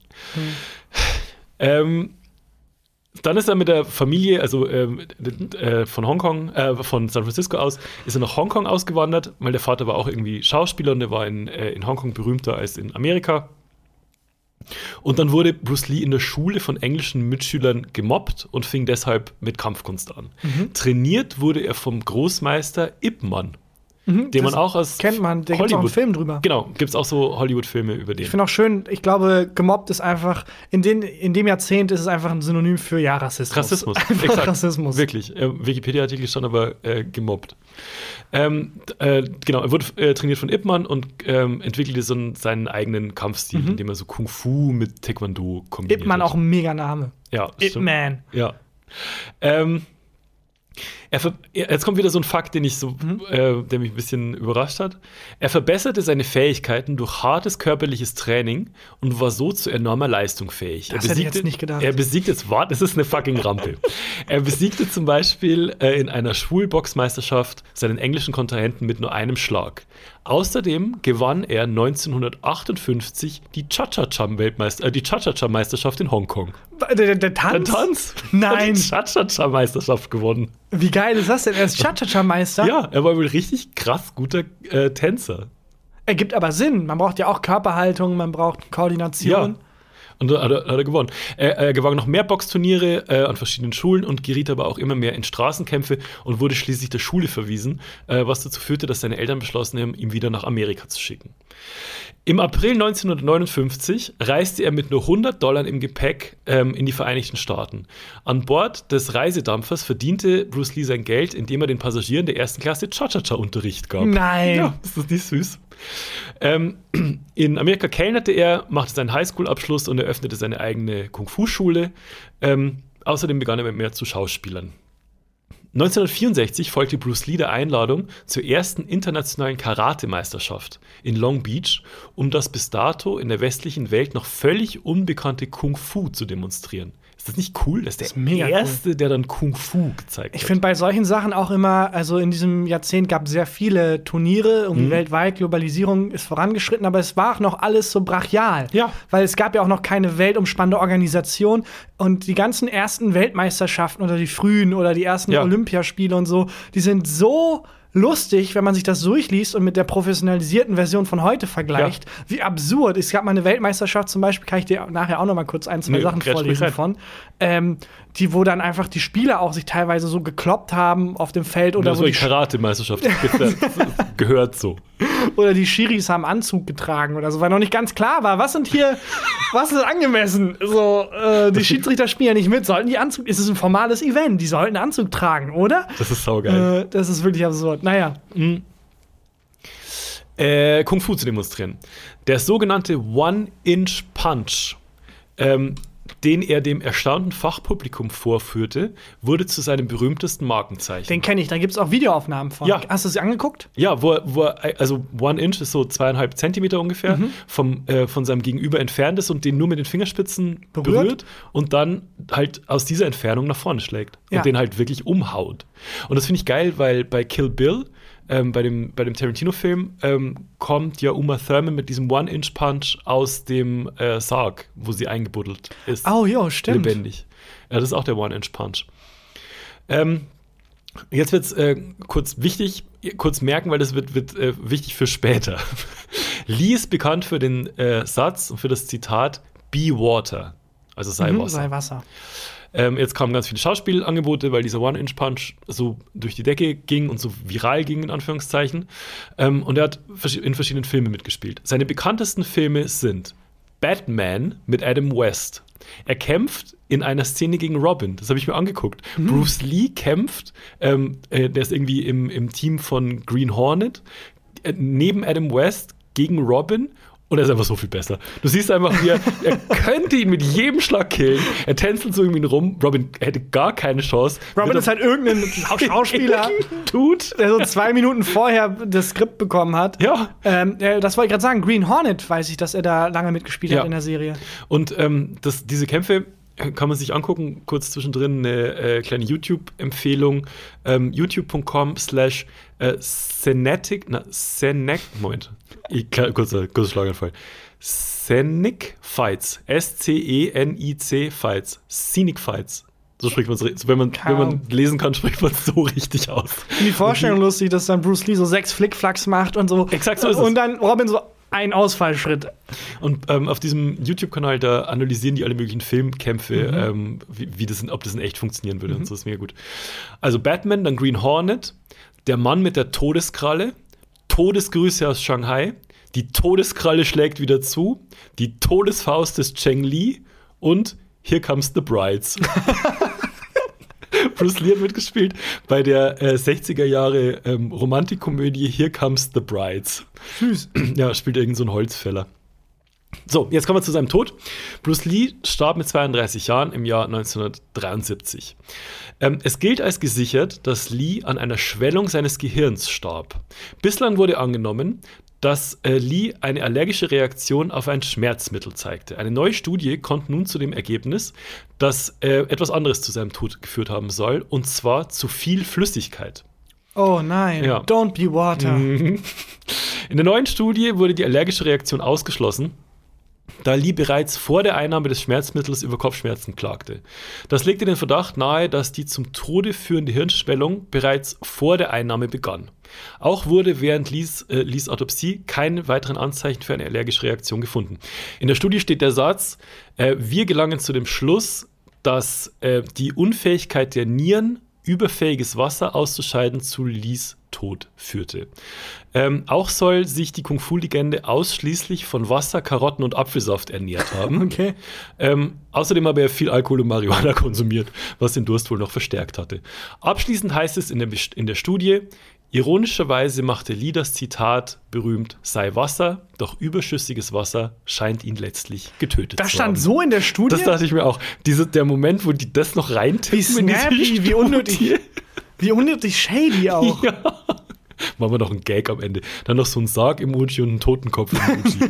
Dann ist er mit der Familie, von Hongkong, von San Francisco aus, ist er nach Hongkong ausgewandert, weil der Vater war auch irgendwie Schauspieler und der war in Hongkong berühmter als in Amerika. Und dann wurde Bruce Lee in der Schule von englischen Mitschülern gemobbt und fing deshalb mit Kampfkunst an. Trainiert wurde er vom Großmeister Ip Man, den man auch aus kennt man, da gibt's auch einen Film drüber. Genau, gibt es auch so Hollywood-Filme über den. Ich finde auch schön, ich glaube, gemobbt ist einfach, in dem Jahrzehnt ist es einfach ein Synonym für Rassismus. Rassismus, Einfach exakt. Rassismus. Wirklich. Wikipedia-Artikel stand aber gemobbt. Genau, er wurde trainiert von Ip Man und entwickelte seinen eigenen Kampfstil, indem er so Kung Fu mit Taekwondo kombiniert Ip Man hat. auch ein mega Name. Ja, Ip stimmt. Man. Ja. Jetzt kommt wieder so ein Fakt, der mich ein bisschen überrascht hat. Er verbesserte seine Fähigkeiten durch hartes körperliches Training und war so zu enormer Leistung fähig. Das hätte ich jetzt nicht gedacht. Er besiegte, das ist eine fucking Rampe. Er besiegte zum Beispiel in einer Schwulboxmeisterschaft seinen englischen Kontrahenten mit nur einem Schlag. Außerdem gewann er 1958 die Cha-Cha-Cha-Meisterschaft in Hongkong. Der Tanz? Der Tanz? Nein. Die Cha-Cha-Cha-Meisterschaft gewonnen. Wie geil ist das denn? Er ist Cha-Cha-Cha-Meister. Ja, er war wohl richtig krass guter Tänzer. Ergibt aber Sinn. Man braucht ja auch Körperhaltung, man braucht Koordination. Ja. Und da hat er gewonnen. Er gewann noch mehr Boxturniere an verschiedenen Schulen und geriet aber auch immer mehr in Straßenkämpfe und wurde schließlich der Schule verwiesen, was dazu führte, dass seine Eltern beschlossen haben, ihn wieder nach Amerika zu schicken. Im April 1959 reiste er mit nur $100 im Gepäck in die Vereinigten Staaten. An Bord des Reisedampfers verdiente Bruce Lee sein Geld, indem er den Passagieren der ersten Klasse Cha-Cha-Cha-Unterricht gab. Nein. Ja, ist das nicht süß? In Amerika kellnerte er, machte seinen Highschool-Abschluss und eröffnete seine eigene Kung-Fu-Schule. Außerdem begann er mit mehr zu Schauspielern. 1964 folgte Bruce Lee der Einladung zur ersten internationalen Karate-Meisterschaft in Long Beach, um das bis dato in der westlichen Welt noch völlig unbekannte Kung Fu zu demonstrieren. Ist das nicht cool? Das ist der mega Erste, der dann Kung Fu gezeigt hat. Ich finde bei solchen Sachen auch immer, also in diesem Jahrzehnt gab es sehr viele Turniere, weltweit, Globalisierung ist vorangeschritten, aber es war auch noch alles so brachial. Ja. Weil es gab ja auch noch keine weltumspannende Organisation und die ganzen ersten Weltmeisterschaften oder die frühen oder die ersten Olympiaspiele und so, die sind so lustig, wenn man sich das durchliest und mit der professionalisierten Version von heute vergleicht. Ja. Wie absurd. Es gab mal eine Weltmeisterschaft zum Beispiel, kann ich dir nachher auch noch mal kurz ein, zwei Sachen vorlesen von, wo dann einfach die Spieler auch sich teilweise so gekloppt haben auf dem Feld. Oder das war die Karate-Meisterschaft. Gehört so. Oder die Schiris haben Anzug getragen oder so, weil noch nicht ganz klar war, was ist angemessen? So, die Schiedsrichter spielen ja nicht mit, sollten die Anzug, ist es ein formales Event, die sollten Anzug tragen, oder? Das ist saugeil. Das ist wirklich absurd. Naja. Kung Fu zu demonstrieren. Der sogenannte One-Inch-Punch, den er dem erstaunten Fachpublikum vorführte, wurde zu seinem berühmtesten Markenzeichen. Den kenne ich, da gibt es auch Videoaufnahmen von. Ja. Hast du sie angeguckt? Ja, also One Inch ist so 2,5 Zentimeter ungefähr, von seinem Gegenüber entfernt ist und den nur mit den Fingerspitzen berührt und dann halt aus dieser Entfernung nach vorne schlägt und den halt wirklich umhaut. Und das finde ich geil, weil bei Kill Bill bei dem Tarantino-Film kommt ja Uma Thurman mit diesem One-Inch-Punch aus dem Sarg, wo sie eingebuddelt ist. Oh, ja, stimmt. Lebendig. Ja, das ist auch der One-Inch-Punch. Jetzt wird es kurz merken, weil das wird wichtig für später. Lee ist bekannt für den Satz und für das Zitat Be Water, also sei Wasser. Sei Wasser. Jetzt kamen ganz viele Schauspielangebote, weil dieser One-Inch-Punch so durch die Decke ging und so viral ging, in Anführungszeichen. Und er hat in verschiedenen Filmen mitgespielt. Seine bekanntesten Filme sind Batman mit Adam West. Er kämpft in einer Szene gegen Robin. Das habe ich mir angeguckt. Bruce Lee kämpft, der ist irgendwie im Team von Green Hornet, neben Adam West gegen Robin. Und er ist einfach so viel besser. Du siehst einfach, wie er könnte ihn mit jedem Schlag killen. Er tänzelt so irgendwie rum. Robin hätte gar keine Chance. Robin ist halt irgendein Schauspieler, der so 2 Minuten vorher das Skript bekommen hat. Ja. Das wollte ich gerade sagen. Green Hornet weiß ich, dass er da lange mitgespielt hat in der Serie. Und diese Kämpfe kann man sich angucken, kurz zwischendrin eine kleine YouTube-Empfehlung. YouTube.com/Moment. Kurzer Schlaganfall. Scenic Fights. S-C-E-N-I-C Fights. Scenic Fights. So spricht man es. Wenn man lesen kann, spricht man es so richtig aus. Die Vorstellung lustig, dass dann Bruce Lee so 6 Flickflacks macht und so. Exakt so ist es. Und dann Robin so ein Ausfallschritt. Und auf diesem YouTube-Kanal, da analysieren die alle möglichen Filmkämpfe, wie das ob das in echt funktionieren würde. Und so ist mega gut. Also Batman, dann Green Hornet, der Mann mit der Todeskralle, Todesgrüße aus Shanghai, die Todeskralle schlägt wieder zu, die Todesfaust des Cheng Li und Here Comes the Brides. Bruce Lee hat mitgespielt bei der 60er Jahre Romantikkomödie Here Comes the Brides. Süß. Ja, spielt irgend so ein Holzfäller. So, jetzt kommen wir zu seinem Tod. Bruce Lee starb mit 32 Jahren im Jahr 1973. Es gilt als gesichert, dass Lee an einer Schwellung seines Gehirns starb. Bislang wurde angenommen, dass Lee eine allergische Reaktion auf ein Schmerzmittel zeigte. Eine neue Studie kommt nun zu dem Ergebnis, dass etwas anderes zu seinem Tod geführt haben soll, und zwar zu viel Flüssigkeit. Oh nein, ja. Don't be water. In der neuen Studie wurde die allergische Reaktion ausgeschlossen, da Lee bereits vor der Einnahme des Schmerzmittels über Kopfschmerzen klagte. Das legte den Verdacht nahe, dass die zum Tode führende Hirnschwellung bereits vor der Einnahme begann. Auch wurde während Lees Autopsie keine weiteren Anzeichen für eine allergische Reaktion gefunden. In der Studie steht der Satz, wir gelangen zu dem Schluss, dass die Unfähigkeit der Nieren, überfähiges Wasser auszuscheiden, zu Lees Tod führte. Auch soll sich die Kung-Fu-Legende ausschließlich von Wasser, Karotten und Apfelsaft ernährt haben. Okay. Außerdem habe er viel Alkohol und Marihuana konsumiert, was den Durst wohl noch verstärkt hatte. Abschließend heißt es in der Studie, ironischerweise machte Lee das Zitat berühmt, sei Wasser, doch überschüssiges Wasser scheint ihn letztlich getötet zu haben. Das stand so in der Studie? Das dachte ich mir auch. Der Moment, wo die das noch reintippen. Wie snappy, wie unnötig shady auch. Ja. Machen wir noch einen Gag am Ende. Dann noch so ein Sarg-Emoji und einen Totenkopf-Emoji.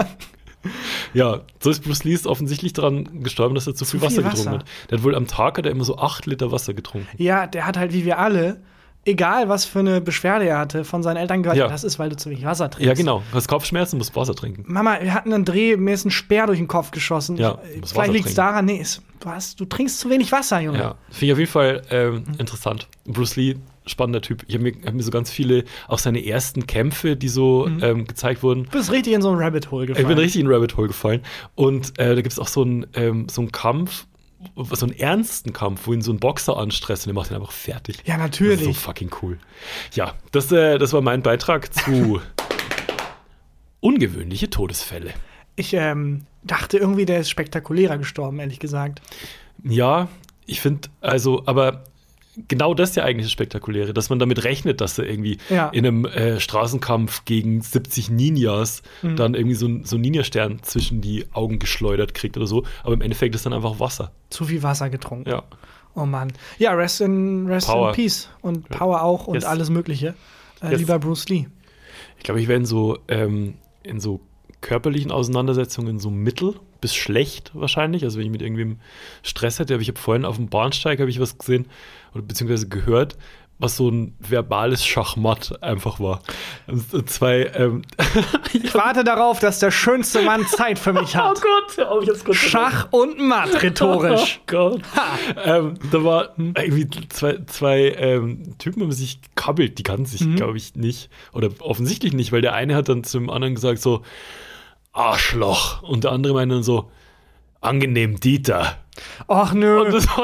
Ja, so ist Bruce Lee offensichtlich daran gestorben, dass er zu viel Wasser getrunken hat. Der hat wohl am Tag immer so 8 Liter Wasser getrunken. Ja, der hat halt wie wir alle, egal was für eine Beschwerde er hatte, von seinen Eltern gehört, das ist, weil du zu wenig Wasser trinkst. Ja, genau. Du hast Kopfschmerzen, musst Wasser trinken. Mama, wir hatten einen Dreh, mir ist ein Speer durch den Kopf geschossen. Ja, vielleicht liegt es daran, du trinkst zu wenig Wasser, Junge. Ja, finde ich auf jeden Fall interessant. Bruce Lee, spannender Typ. Ich hab mir so ganz viele, auch seine ersten Kämpfe, die so gezeigt wurden. Du bist richtig in so ein Rabbit Hole gefallen. Ich bin richtig in ein Rabbit Hole gefallen. Und da gibt es auch so einen Kampf, so einen ernsten Kampf, wo ihn so ein Boxer anstresst und der macht ihn einfach fertig. Ja, natürlich. Das ist so fucking cool. Ja, das war mein Beitrag zu ungewöhnliche Todesfälle. Ich dachte irgendwie, der ist spektakulärer gestorben, ehrlich gesagt. Ja, ich finde, aber genau das ist ja eigentlich das Spektakuläre, dass man damit rechnet, dass er irgendwie in einem Straßenkampf gegen 70 Ninjas dann irgendwie so einen Ninja-Stern zwischen die Augen geschleudert kriegt oder so. Aber im Endeffekt ist dann einfach Wasser. Zu viel Wasser getrunken. Ja. Oh Mann. Ja, rest in Peace. Und Power auch und alles Mögliche. Lieber Bruce Lee. Ich glaube, ich wäre in so körperlichen Auseinandersetzungen so mittel bis schlecht wahrscheinlich. Also wenn ich mit irgendwem Stress hätte, ich habe vorhin auf dem Bahnsteig was gesehen oder beziehungsweise gehört, was so ein verbales Schachmatt einfach war. Ich warte darauf, dass der schönste Mann Zeit für mich hat. Oh Gott, Schach und Matt, rhetorisch. Oh Gott. Da war irgendwie zwei Typen haben sich gekabbelt, die kannten sich, glaube ich, nicht. Oder offensichtlich nicht, weil der eine hat dann zum anderen gesagt so, Arschloch. Und der andere meinte dann so, angenehm, Dieter. Ach nö. Und das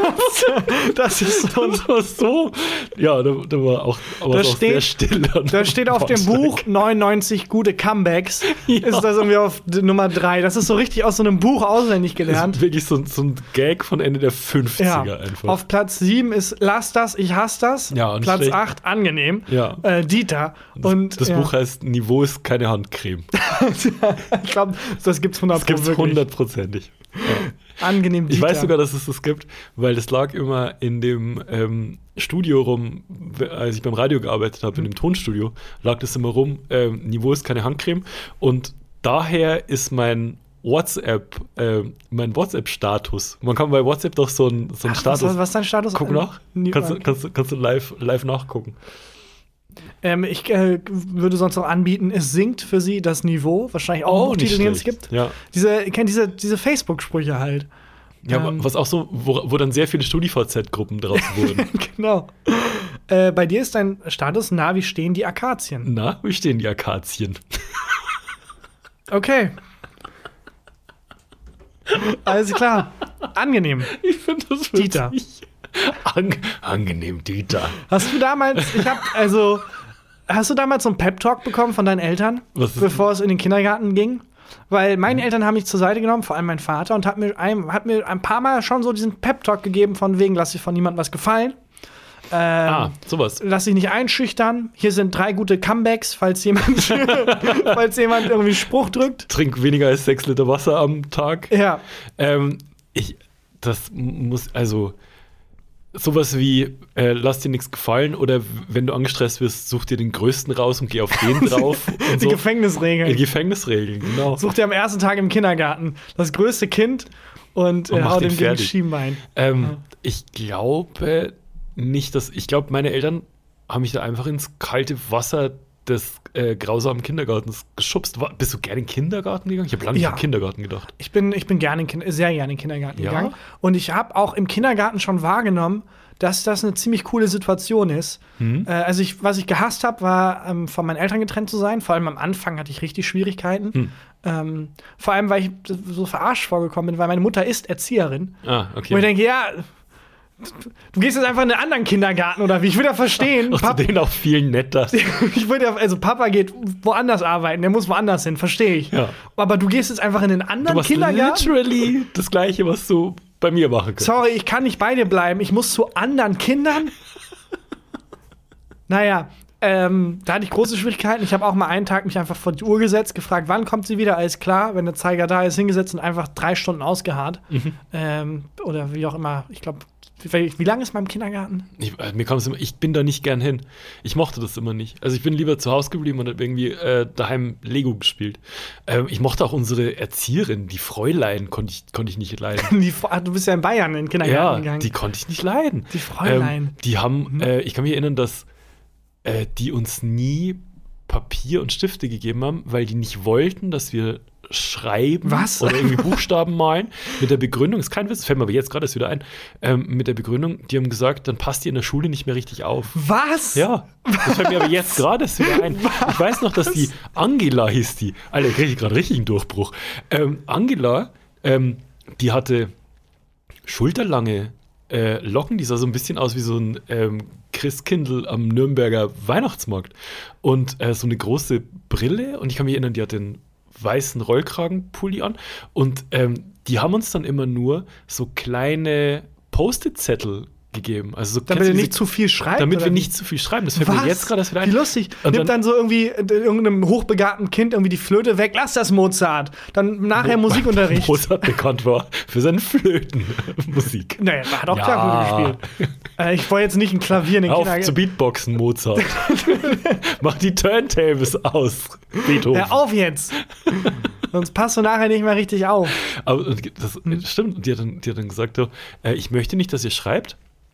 war so. Ja, da war auch, aber das auch sehr still. Da steht auf dem Buch 99 gute Comebacks. Ja. Ist das irgendwie auf Nummer 3. Das ist so richtig aus so einem Buch auswendig gelernt. Das ist wirklich so ein Gag von Ende der 50er ja. einfach. Auf Platz 7 ist Lass das, ich hasse das. Ja, und Platz schlecht. 8, angenehm. Ja. Dieter. Das Buch heißt Niveau ist keine Handcreme. Ich glaube, das gibt's 100%. Das gibt's 100%ig. Ja. Angenehm Dieter. Ich weiß sogar, dass es das gibt, weil das lag immer in dem Studio rum, als ich beim Radio gearbeitet habe, in dem Tonstudio, lag das immer rum, Niveau ist keine Handcreme. Und daher ist mein WhatsApp-Status. Man kann bei WhatsApp doch so einen Status. Was ist dein Status? Guck nach. Kannst du live nachgucken. Ich würde sonst auch anbieten, es sinkt für sie das Niveau. Wahrscheinlich auch Titel, den es gibt. Ja. Diese Facebook-Sprüche halt. Ja, was auch so, wo dann sehr viele StudiVZ-Gruppen draus wurden. Genau. Bei dir ist dein Status, wie stehen die Akazien? Wie stehen die Akazien? Okay. Alles klar. Angenehm. Ich finde das witzig. Dieter. Angenehm, Dieter. Hast du damals so einen Pep-Talk bekommen von deinen Eltern, bevor es in den Kindergarten ging? Weil meine Eltern haben mich zur Seite genommen, vor allem mein Vater, und hat mir ein paar Mal schon so diesen Pep-Talk gegeben von wegen, lass dir von niemandem was gefallen. Sowas. Lass dich nicht einschüchtern. Hier sind 3 gute Comebacks, falls jemand irgendwie Spruch drückt. Trink weniger als 6 Liter Wasser am Tag. Ja. Das muss, also sowas wie, lass dir nichts gefallen oder wenn du angestresst wirst, such dir den Größten raus und geh auf den drauf. Und Die Gefängnisregeln. Die Gefängnisregeln, genau. Such dir am ersten Tag im Kindergarten das größte Kind und hau dem gegen Schienbein. Ich glaube nicht, ich glaube, meine Eltern haben mich da einfach ins kalte Wasser des grausamen Kindergartens geschubst. Bist du gerne in den Kindergarten gegangen? Ich habe lange nicht an den Kindergarten gedacht. Ich bin sehr gerne in den Kindergarten gegangen. Und ich habe auch im Kindergarten schon wahrgenommen, dass das eine ziemlich coole Situation ist. Also was ich gehasst habe, war, von meinen Eltern getrennt zu sein. Vor allem am Anfang hatte ich richtig Schwierigkeiten. Vor allem, weil ich so verarscht vorgekommen bin, weil meine Mutter ist Erzieherin. Okay. Und ich denke, du gehst jetzt einfach in einen anderen Kindergarten oder wie? Ich würde ja verstehen. Den auch viel netter. Papa geht woanders arbeiten, der muss woanders hin, verstehe ich. Ja. Aber du gehst jetzt einfach in einen anderen Kindergarten. Literally das Gleiche, was du bei mir machen kannst. Sorry, ich kann nicht bei dir bleiben. Ich muss zu anderen Kindern. Naja, da hatte ich große Schwierigkeiten. Ich habe auch mal einen Tag mich einfach vor die Uhr gesetzt, gefragt, wann kommt sie wieder? Alles klar, wenn der Zeiger da ist, hingesetzt und einfach 3 Stunden ausgeharrt. Oder wie auch immer. Ich glaube, wie lange ist man im Kindergarten? Ich bin da nicht gern hin. Ich mochte das immer nicht. Also ich bin lieber zu Hause geblieben und habe irgendwie daheim Lego gespielt. Ich mochte auch unsere Erzieherin, die Fräulein, konnte ich nicht leiden. Du bist ja in Bayern in den Kindergarten gegangen. Die konnte ich nicht leiden. Die Fräulein. Die haben, ich kann mich erinnern, dass die uns nie Papier und Stifte gegeben haben, weil die nicht wollten, dass wir schreiben oder irgendwie Buchstaben malen. Mit der Begründung, ist kein Witz, fällt mir aber jetzt gerade erst wieder ein, mit der Begründung, die haben gesagt, dann passt ihr in der Schule nicht mehr richtig auf. Was? Ja, das fällt mir aber jetzt gerade erst wieder ein. Ich weiß noch, dass die Angela hieß die. Alter, kriege ich gerade richtig einen Durchbruch. Angela, die hatte schulterlange Locken, die sah so ein bisschen aus wie so ein Christkindl am Nürnberger Weihnachtsmarkt. Und so eine große Brille. Und ich kann mich erinnern, die hat den weißen Rollkragenpulli an. Und die haben uns dann immer nur so kleine Post-it-Zettel gegeben. Also so, damit wir nicht zu viel schreiben. Damit wir nicht zu viel schreiben. Das fällt mir jetzt gerade wieder ein. Wie lustig. Nimmt dann so irgendwie irgendeinem hochbegabten Kind irgendwie die Flöte weg. Lass das, Mozart. Dann nachher Musikunterricht. Mozart bekannt war für seine Flötenmusik. Naja, er hat auch Klavier gespielt. Ich wollte jetzt nicht ein Klavier in den Kindergarten. Auf zu Beatboxen, Mozart. Mach die Turntables aus, Beethoven. Hör auf jetzt. Sonst passt du nachher nicht mehr richtig auf. Aber das stimmt. Die hat dann gesagt, ich möchte nicht, dass ihr schreibt.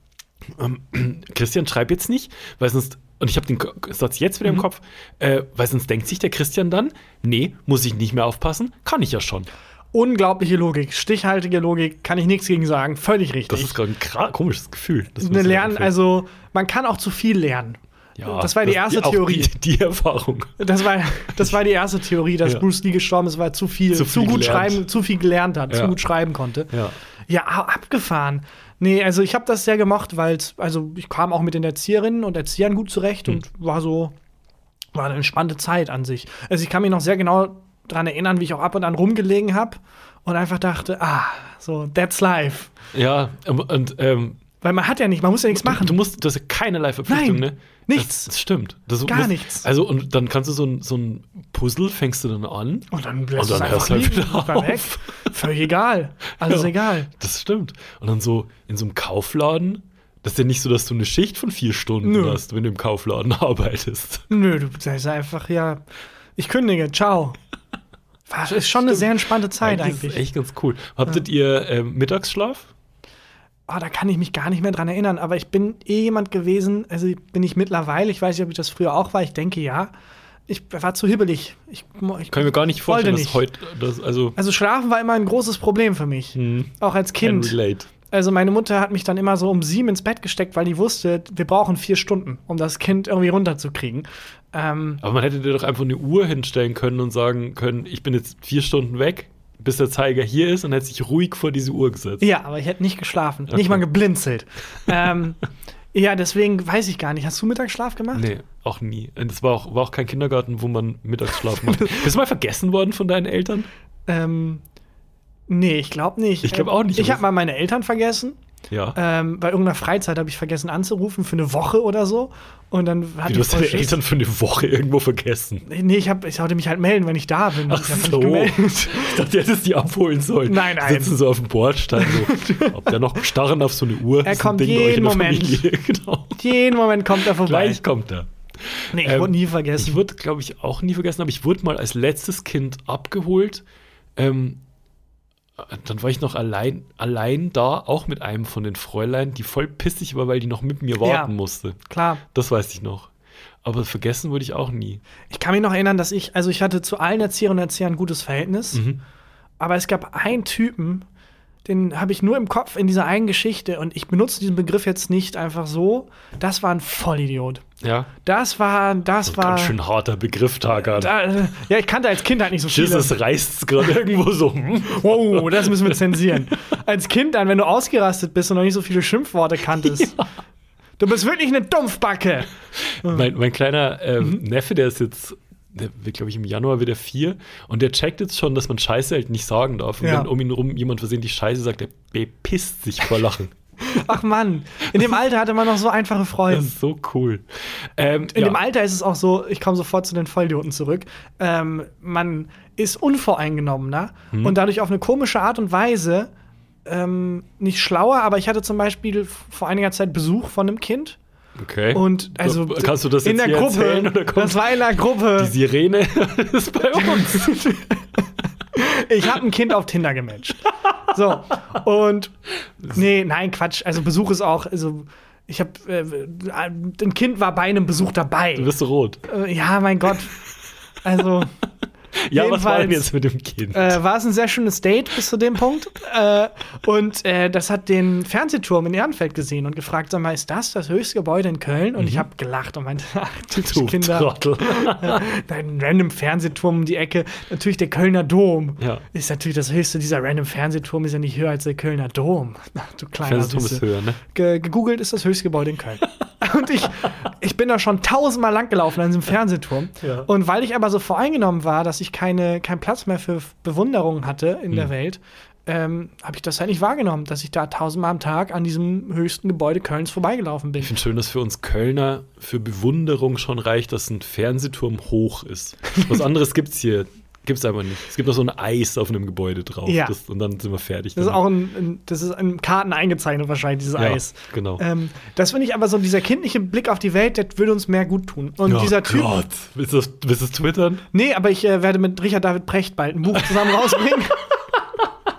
Christian, schreib jetzt nicht, weil sonst, und ich habe den Satz jetzt wieder im Kopf, weil sonst denkt sich der Christian dann, nee, muss ich nicht mehr aufpassen, kann ich ja schon. Unglaubliche Logik, stichhaltige Logik, kann ich nichts gegen sagen, völlig richtig. Das ist gerade ein komisches Gefühl. Also man kann auch zu viel lernen. Ja, das war die erste Theorie. Die Erfahrung. Das war die erste Theorie, dass Bruce Lee gestorben ist, weil er zu viel gelernt hat, zu gut schreiben konnte. Ja, abgefahren. Nee, also ich habe das sehr gemocht, weil ich kam auch mit den Erzieherinnen und Erziehern gut zurecht und war eine entspannte Zeit an sich. Also ich kann mich noch sehr genau daran erinnern, wie ich auch ab und an rumgelegen habe und einfach dachte, so, that's life. Ja, und weil man muss ja nichts machen. Du hast ja keinerlei Verpflichtung, ne? Nichts. Das stimmt. Nichts. Also, und dann kannst du so ein Puzzle, fängst du dann an. Und dann hörst du einfach wieder auf. Völlig egal. Alles egal. Das stimmt. Und dann so in so einem Kaufladen, das ist ja nicht so, dass du eine Schicht von 4 Stunden hast, wenn du im Kaufladen arbeitest. Nö, du sagst einfach, ich kündige, ciao. Das ist schon eine sehr entspannte Zeit eigentlich. Das ist echt ganz cool. Habtet ihr Mittagsschlaf? Da kann ich mich gar nicht mehr dran erinnern, aber ich bin jemand gewesen, also bin ich mittlerweile, ich weiß nicht, ob ich das früher auch war, ich denke ja. Ich war zu hibbelig. Ich kann mir gar nicht vorstellen, dass heute. Also Schlafen war immer ein großes Problem für mich. Auch als Kind. Can relate. Also meine Mutter hat mich dann immer so um 7 ins Bett gesteckt, weil die wusste, wir brauchen 4 Stunden, um das Kind irgendwie runterzukriegen. Aber man hätte dir doch einfach eine Uhr hinstellen können und sagen können, ich bin jetzt 4 Stunden weg, bis der Zeiger hier ist, und hätte sich ruhig vor diese Uhr gesetzt. Ja, aber ich hätte nicht geschlafen, nicht mal geblinzelt. Ja, deswegen weiß ich gar nicht. Hast du Mittagsschlaf gemacht? Nee, auch nie. Und es war auch kein Kindergarten, wo man Mittagsschlaf macht. Bist du mal vergessen worden von deinen Eltern? Nee, ich glaube nicht. Ich glaube auch nicht. Ich habe mal meine Eltern vergessen. Ja. Bei irgendeiner Freizeit habe ich vergessen anzurufen für eine Woche oder so. Und dann hatte du hast deine Eltern für eine Woche irgendwo vergessen? Nee, ich sollte mich halt melden, wenn ich da bin. Ach so. Ich dachte, du hättest die abholen sollen. Nein. Sitzen so auf dem Bordstein, so, ob der noch starren auf so eine Uhr. Er kommt jeden Moment. Genau. Jeden Moment kommt er vorbei. Gleich kommt er. Nee, ich wurde nie vergessen. Ich wurde, glaube ich, auch nie vergessen, aber ich wurde mal als letztes Kind abgeholt. Dann war ich noch allein da, auch mit einem von den Fräulein, die voll pissig war, weil die noch mit mir warten musste. Klar. Das weiß ich noch. Aber vergessen würde ich auch nie. Ich kann mich noch erinnern, dass ich hatte zu allen Erzieherinnen und Erziehern ein gutes Verhältnis. Aber es gab einen Typen, den habe ich nur im Kopf in dieser einen Geschichte, und ich benutze diesen Begriff jetzt nicht einfach so. Das war ein Vollidiot. Ja. Das war ein ganz schön harter Begriff, Tarkan. Ja, ich kannte als Kind halt nicht so viele. Jesus reißt gerade irgendwo so. Wow, das müssen wir zensieren. Als Kind dann, wenn du ausgerastet bist und noch nicht so viele Schimpfworte kanntest. Ja. Du bist wirklich eine Dumpfbacke. Mein kleiner Neffe, der wird, glaube ich, im Januar wieder 4, und der checkt jetzt schon, dass man Scheiße halt nicht sagen darf. Und wenn um ihn rum jemand versehentlich Scheiße sagt, der bepisst sich vor Lachen. Ach Mann, in dem Alter hatte man noch so einfache Freunde. Das ist so cool. In dem Alter ist es auch so, ich komme sofort zu den Vollidioten zurück, man ist unvoreingenommener und dadurch auf eine komische Art und Weise nicht schlauer, aber ich hatte zum Beispiel vor einiger Zeit Besuch von einem Kind. Okay. Und also kannst du das in jetzt der Gruppe erzählen, oder das war in der Gruppe. Die Sirene ist bei uns. Ich habe ein Kind auf Tinder gematcht. So, und nein, Quatsch. Also Besuch ist auch, ich habe ein Kind war bei einem Besuch dabei. Du bist so rot. Ja, mein Gott. Also ja, was war denn jetzt mit dem Kind? War es ein sehr schönes Date bis zu dem Punkt. Und das hat den Fernsehturm in Ehrenfeld gesehen und gefragt, sag mal, ist das höchste Gebäude in Köln? Und ich habe gelacht und meinte, ach, du Kinder. Trottel. Ein random Fernsehturm um die Ecke. Natürlich der Kölner Dom. Ja. Ist natürlich das höchste. Dieser random Fernsehturm ist ja nicht höher als der Kölner Dom. Ach, du kleiner Fernsehturm ist höher, ne? Gegoogelt ist das höchste Gebäude in Köln. Und ich bin da schon 1000-mal lang gelaufen an diesem Fernsehturm. Ja. Und weil ich aber so voreingenommen war, dass ich keinen Platz mehr für Bewunderung hatte in der Welt, habe ich das halt nicht wahrgenommen, dass ich da 1000-mal am Tag an diesem höchsten Gebäude Kölns vorbeigelaufen bin. Ich finde schön, dass für uns Kölner für Bewunderung schon reicht, dass ein Fernsehturm hoch ist. Was anderes gibt's hier. Gibt's aber nicht. Es gibt noch so ein Eis auf einem Gebäude drauf. Ja. Und dann sind wir fertig. Das ist auch das ist in Karten eingezeichnet wahrscheinlich, dieses Eis. Genau. Das finde ich aber so, dieser kindliche Blick auf die Welt, das würde uns mehr gut tun. Und dieser Typ. Oh Gott, willst du es twittern? Nee, aber ich werde mit Richard David Precht bald ein Buch zusammen rausbringen.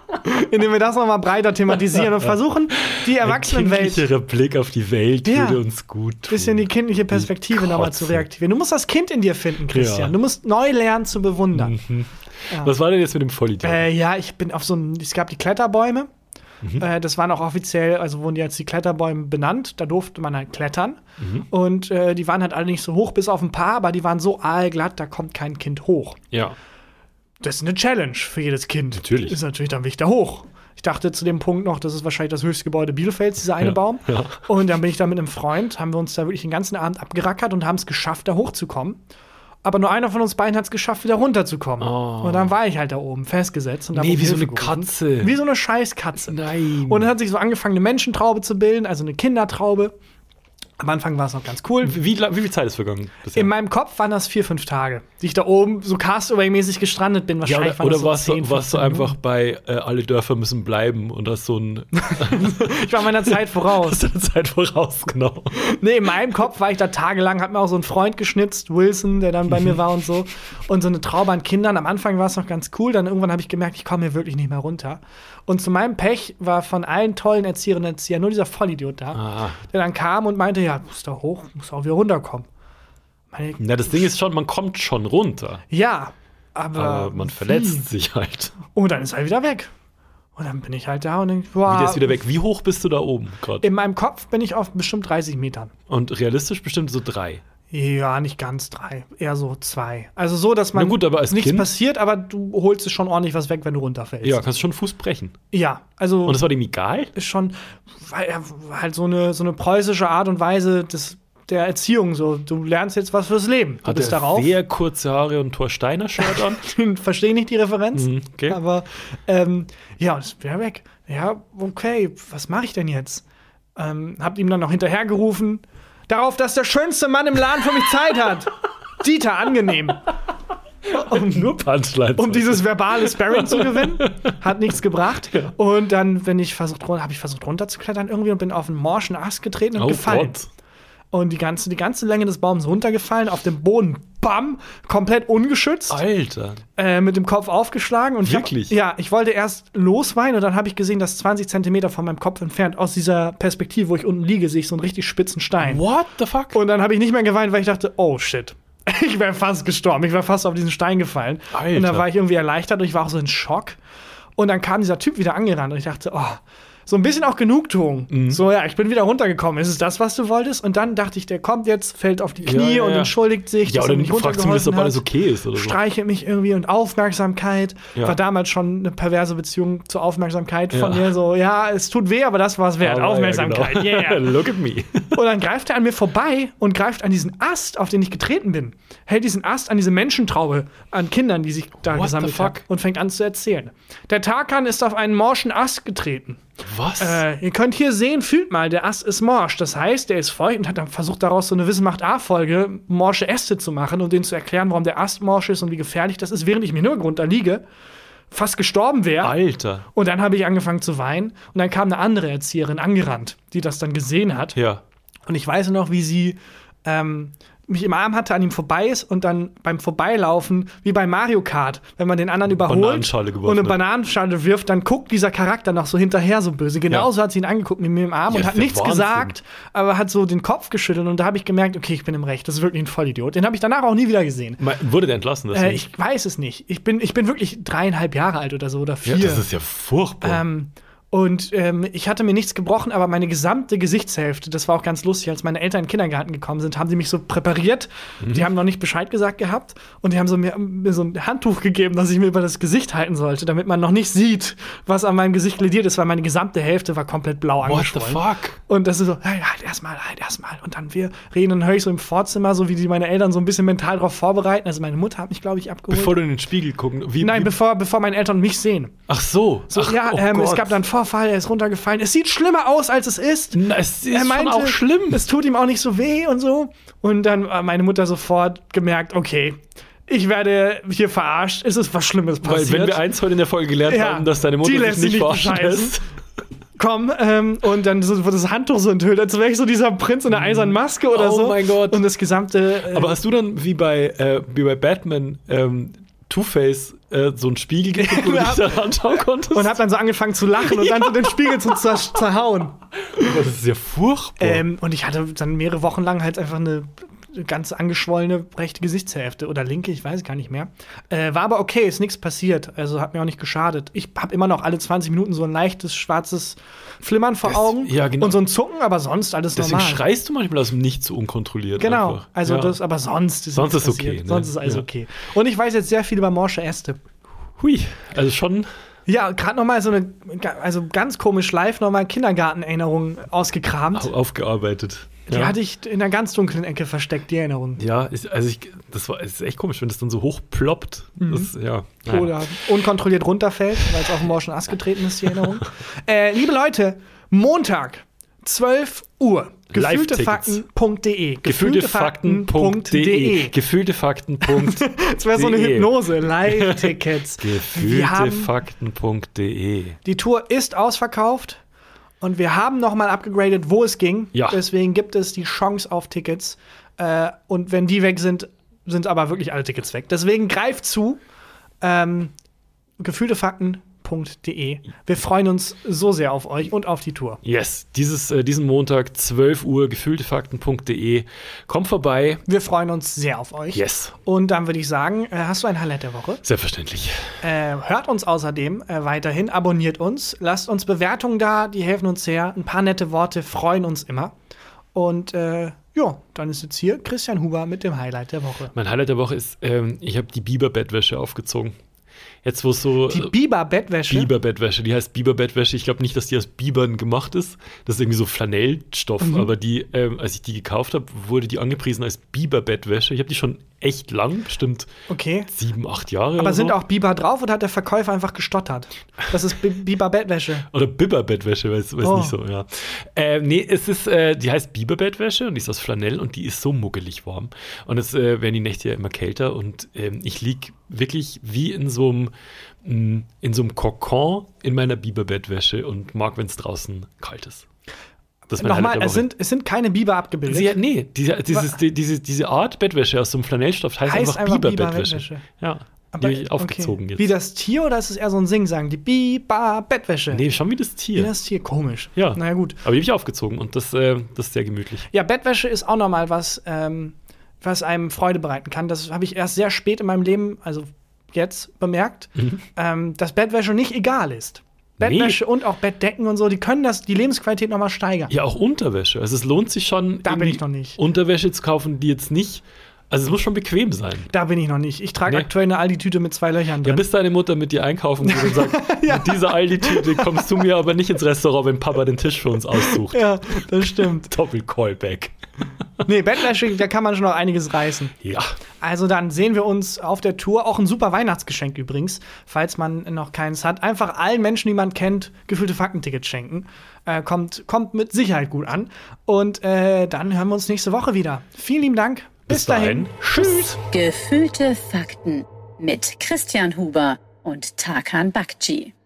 indem wir das nochmal breiter thematisieren und versuchen, die Erwachsenenwelt. Ein kindlicherer Blick auf die Welt würde uns gut tun. Bisschen die kindliche Perspektive nochmal zu reaktivieren. Du musst das Kind in dir finden, Christian. Du musst neu lernen zu bewundern. Ja. Was war denn jetzt mit dem Vollidiot? Ich bin auf es gab die Kletterbäume. Das waren auch offiziell, also wurden jetzt die Kletterbäume benannt. Da durfte man halt klettern. Und die waren halt alle nicht so hoch, bis auf ein paar, aber die waren so aalglatt, da kommt kein Kind hoch. Ja. Das ist eine Challenge für jedes Kind. Natürlich. Ist natürlich dann wichtig da hoch. Ich dachte zu dem Punkt noch, das ist wahrscheinlich das höchste Gebäude Bielefelds, dieser eine Baum. Ja. Und dann bin ich da mit einem Freund, haben wir uns da wirklich den ganzen Abend abgerackert und haben es geschafft, da hochzukommen. Aber nur einer von uns beiden hat es geschafft, wieder runterzukommen. Oh. Und dann war ich halt da oben festgesetzt. Und wie so eine Katze. Wie so eine Scheißkatze. Nein. Und dann hat sich so angefangen, eine Menschentraube zu bilden, also eine Kindertraube. Am Anfang war es noch ganz cool. Wie viel Zeit ist vergangen bisher? In meinem Kopf waren das 4-5 Tage, die ich da oben so Castaway-mäßig gestrandet bin. Wahrscheinlich oder warst du einfach bei alle Dörfer müssen bleiben und hast so ein Ich war meiner Zeit voraus. Hast deiner Zeit voraus, genau. Nee, in meinem Kopf war ich da tagelang, hab mir auch so einen Freund geschnitzt, Wilson, der dann bei mir war und so. Und so eine Traube an Kindern. Am Anfang war es noch ganz cool, dann irgendwann habe ich gemerkt, ich komme hier wirklich nicht mehr runter. Und zu meinem Pech war von allen tollen Erzieherinnen und Erziehern nur dieser Vollidiot da, der dann kam und meinte, ja, du musst da hoch, musst auch wieder runterkommen. Das Ding ist schon, man kommt schon runter. Ja, aber man verletzt sich halt. Und dann ist er wieder weg. Und dann bin ich halt da und denke, wow. Wie, der ist wieder weg. Wie hoch bist du da oben gerade? In meinem Kopf bin ich auf bestimmt 30 Metern. Und realistisch bestimmt so 3? Ja, nicht ganz 3, eher so 2. Also so, dass man aber als nichts Kind passiert, aber du holst es schon ordentlich was weg, wenn du runterfällst. Ja, kannst schon Fuß brechen. Ja, also. Und das war dem egal? Ist schon halt so eine preußische Art und Weise der Erziehung. So, du lernst jetzt was fürs Leben. Du bist darauf. Sehr kurze Haare und Thor Steiner Shirt an. Verstehe nicht die Referenz. Okay. Aber ja, ist wieder weg. Ja, okay, was mache ich denn jetzt? Hab ihm dann noch hinterhergerufen. Darauf, dass der schönste Mann im Laden für mich Zeit hat. Dieter, angenehm. Nur Punchlines. Um dieses verbale Sparring zu gewinnen. Hat nichts gebracht. Ja. Und dann habe ich versucht runterzuklettern irgendwie und bin auf einen morschen Ast getreten und gefallen. Gott. Und die ganze Länge des Baums runtergefallen, auf dem Boden, bam, komplett ungeschützt. Alter. Mit dem Kopf aufgeschlagen. Und wirklich? Ich wollte erst losweinen und dann habe ich gesehen, dass 20 Zentimeter von meinem Kopf entfernt, aus dieser Perspektive, wo ich unten liege, sehe ich so einen richtig spitzen Stein. What the fuck? Und dann habe ich nicht mehr geweint, weil ich dachte, oh shit. Ich wäre fast gestorben. Ich wäre fast auf diesen Stein gefallen. Alter. Und dann war ich irgendwie erleichtert und ich war auch so in Schock. Und dann kam dieser Typ wieder angerannt und ich dachte, oh, so ein bisschen auch Genugtuung. So, ja, ich bin wieder runtergekommen. Ist es das, was du wolltest? Und dann dachte ich, der kommt jetzt, fällt auf die Knie und entschuldigt sich. Ja, oder du fragst zumindest, ob alles okay ist oder so. Streichelt mich irgendwie und Aufmerksamkeit. Ja. War damals schon eine perverse Beziehung zur Aufmerksamkeit von mir. So, ja, es tut weh, aber das war es wert. Aufmerksamkeit, ja, genau. Yeah. Look at me. Und dann greift er an mir vorbei und greift an diesen Ast, auf den ich getreten bin. Hält diesen Ast an diese Menschentraube an Kindern, die sich da gesammelt haben, und fängt an zu erzählen. Der Tarkan ist auf einen morschen Ast getreten. Was? Ihr könnt hier sehen, fühlt mal, der Ast ist morsch. Das heißt, der ist feucht und hat dann versucht, daraus so eine Wissen macht A-Folge morsche Äste zu machen und denen zu erklären, warum der Ast morsch ist und wie gefährlich das ist, während ich mir nur drunter liege, fast gestorben wäre. Alter. Und dann habe ich angefangen zu weinen und dann kam eine andere Erzieherin angerannt, die das dann gesehen hat. Ja. Und ich weiß noch, wie sie mich im Arm hatte, an ihm vorbei ist und dann beim Vorbeilaufen, wie bei Mario Kart, wenn man den anderen überholt und eine Bananenschale wirft, dann guckt dieser Charakter noch so hinterher so böse. Genauso hat sie ihn angeguckt mit mir im Arm und hat nichts gesagt, aber hat so den Kopf geschüttelt und da habe ich gemerkt, okay, ich bin im Recht, das ist wirklich ein Vollidiot. Den habe ich danach auch nie wieder gesehen. Wurde der entlassen? Ich weiß es nicht. Ich bin wirklich 3,5 Jahre alt oder so oder 4. Ja, das ist ja furchtbar. Und ich hatte mir nichts gebrochen, aber meine gesamte Gesichtshälfte, das war auch ganz lustig, als meine Eltern in den Kindergarten gekommen sind, haben sie mich so präpariert. Die haben noch nicht Bescheid gesagt gehabt und die haben mir so ein Handtuch gegeben, das ich mir über das Gesicht halten sollte, damit man noch nicht sieht, was an meinem Gesicht lediert ist, weil meine gesamte Hälfte war komplett blau angeschwollen. What the fuck? Und das ist so, hey, halt erst mal. Und dann wir reden, dann höre ich so im Vorzimmer, so wie die meine Eltern so ein bisschen mental darauf vorbereiten. Also meine Mutter hat mich, glaube ich, abgeholt. Bevor du in den Spiegel gucken? Nein, bevor meine Eltern mich sehen. Ach so. Es gab dann Vorfall, er ist runtergefallen. Es sieht schlimmer aus, als es ist. Es ist schon auch schlimm. Es tut ihm auch nicht so weh und so. Und dann meine Mutter sofort gemerkt, okay, ich werde hier verarscht. Es ist was Schlimmes passiert. Weil wenn wir eins heute in der Folge gelernt haben, dass deine Mutter sich nicht verarschen lässt. Komm, und dann wird das Handtuch so enthüllt, als wäre ich so dieser Prinz in der eisernen Maske oder so. Oh mein Gott. Und das gesamte Aber hast du dann, wie bei Batman, Two-Face so einen Spiegel gegeben, wo du dich da anschauen konntest. Und hab dann so angefangen zu lachen und dann so den Spiegel zu zerhauen. Das ist ja furchtbar. Und ich hatte dann mehrere Wochen lang halt einfach eine ganz angeschwollene rechte Gesichtshälfte oder linke, ich weiß gar nicht mehr. War aber okay, ist nichts passiert, also hat mir auch nicht geschadet. Ich habe immer noch alle 20 Minuten so ein leichtes schwarzes Flimmern vor Augen genau. Und so ein Zucken, aber sonst alles Deswegen normal. schreist du manchmal aus dem Nichts so unkontrolliert. Genau, einfach. also das, aber sonst ist es okay. Ne? Sonst ist alles okay. Und ich weiß jetzt sehr viel über morsche Äste. Hui, also schon. Ja, gerade nochmal also ganz komisch live nochmal Kindergartenerinnerungen ausgekramt. Aufgearbeitet. Die hatte ich in einer ganz dunklen Ecke versteckt, die Erinnerung. Ja, es ist echt komisch, wenn das dann so hochploppt. Oder unkontrolliert runterfällt, weil es auf den morschen Ast getreten ist, die Erinnerung. Liebe Leute, Montag, 12 Uhr. Gefühltefakten.de. Gefühltefakten.de. Gefühltefakten.de. Das wäre so eine Hypnose. Live-Tickets. Gefühltefakten.de. Die Tour ist ausverkauft und wir haben nochmal abgegradet, wo es ging. Ja. Deswegen gibt es die Chance auf Tickets. Und wenn die weg sind, sind aber wirklich alle Tickets weg. Deswegen greift zu. Gefühltefakten.de. Wir freuen uns so sehr auf euch und auf die Tour. Yes, diesen Montag, 12 Uhr, gefühltefakten.de. Kommt vorbei. Wir freuen uns sehr auf euch. Yes. Und dann würde ich sagen, hast du ein Highlight der Woche? Selbstverständlich. Hört uns außerdem weiterhin, abonniert uns, lasst uns Bewertungen da, die helfen uns sehr. Ein paar nette Worte freuen uns immer. Und dann ist jetzt hier Christian Huber mit dem Highlight der Woche. Mein Highlight der Woche ist, ich habe die Biber-Bettwäsche aufgezogen. Jetzt, wo es so. Die Biber-Bettwäsche? Biber-Bettwäsche, die heißt Biber-Bettwäsche. Ich glaube nicht, dass die aus Bibern gemacht ist. Das ist irgendwie so Flanellstoff. Aber die, als ich die gekauft habe, wurde die angepriesen als Biber-Bettwäsche. Ich habe die schon echt lang, bestimmt 7, 8 Jahre. Aber oder sind so. auch Biber drauf oder hat der Verkäufer einfach gestottert? Das ist Biber-Bettwäsche. Oder Biber-Bettwäsche, weiß nicht so, ja. Nee, es ist, die heißt Biber-Bettwäsche und die ist aus Flanell und die ist so muggelig warm. Und es werden die Nächte ja immer kälter und ich liege wirklich wie in so einem Kokon in meiner Biber-Bettwäsche und mag, wenn es draußen kalt ist. Nochmal, es sind keine Biber abgebildet. Diese Art Bettwäsche aus so einem Flanellstoff heißt einfach Biber-Bettwäsche. Ja, die habe ich aufgezogen jetzt. Wie das Tier oder ist es eher so ein Sing-Sang? Die Biber-Bettwäsche. Nee, schon wie das Tier. Wie das Tier, komisch. Ja. Naja, gut. Aber die habe ich aufgezogen und das ist sehr gemütlich. Ja, Bettwäsche ist auch nochmal was einem Freude bereiten kann. Das habe ich erst sehr spät in meinem Leben, also jetzt, bemerkt, dass Bettwäsche nicht egal ist. Bettwäsche und auch Bettdecken und so, die können die Lebensqualität nochmal steigern. Ja, auch Unterwäsche. Also es lohnt sich schon, da bin ich noch nicht. Unterwäsche zu kaufen, die jetzt nicht. Also es muss schon bequem sein. Da bin ich noch nicht. Ich trage aktuell eine Aldi-Tüte mit 2 Löchern drin. Ja, bis deine Mutter mit dir einkaufen geht und sagt, mit dieser Aldi-Tüte kommst du mir aber nicht ins Restaurant, wenn Papa den Tisch für uns aussucht. Ja, das stimmt. Doppel-Callback. Nee, Bettwäsche, da kann man schon noch einiges reißen. Ja. Also dann sehen wir uns auf der Tour. Auch ein super Weihnachtsgeschenk übrigens, falls man noch keins hat. Einfach allen Menschen, die man kennt, gefühlte Faktentickets schenken. Kommt mit Sicherheit gut an. Und dann hören wir uns nächste Woche wieder. Vielen lieben Dank. Bis dahin. Tschüss. Gefühlte Fakten mit Christian Huber und Tarkan Bakci.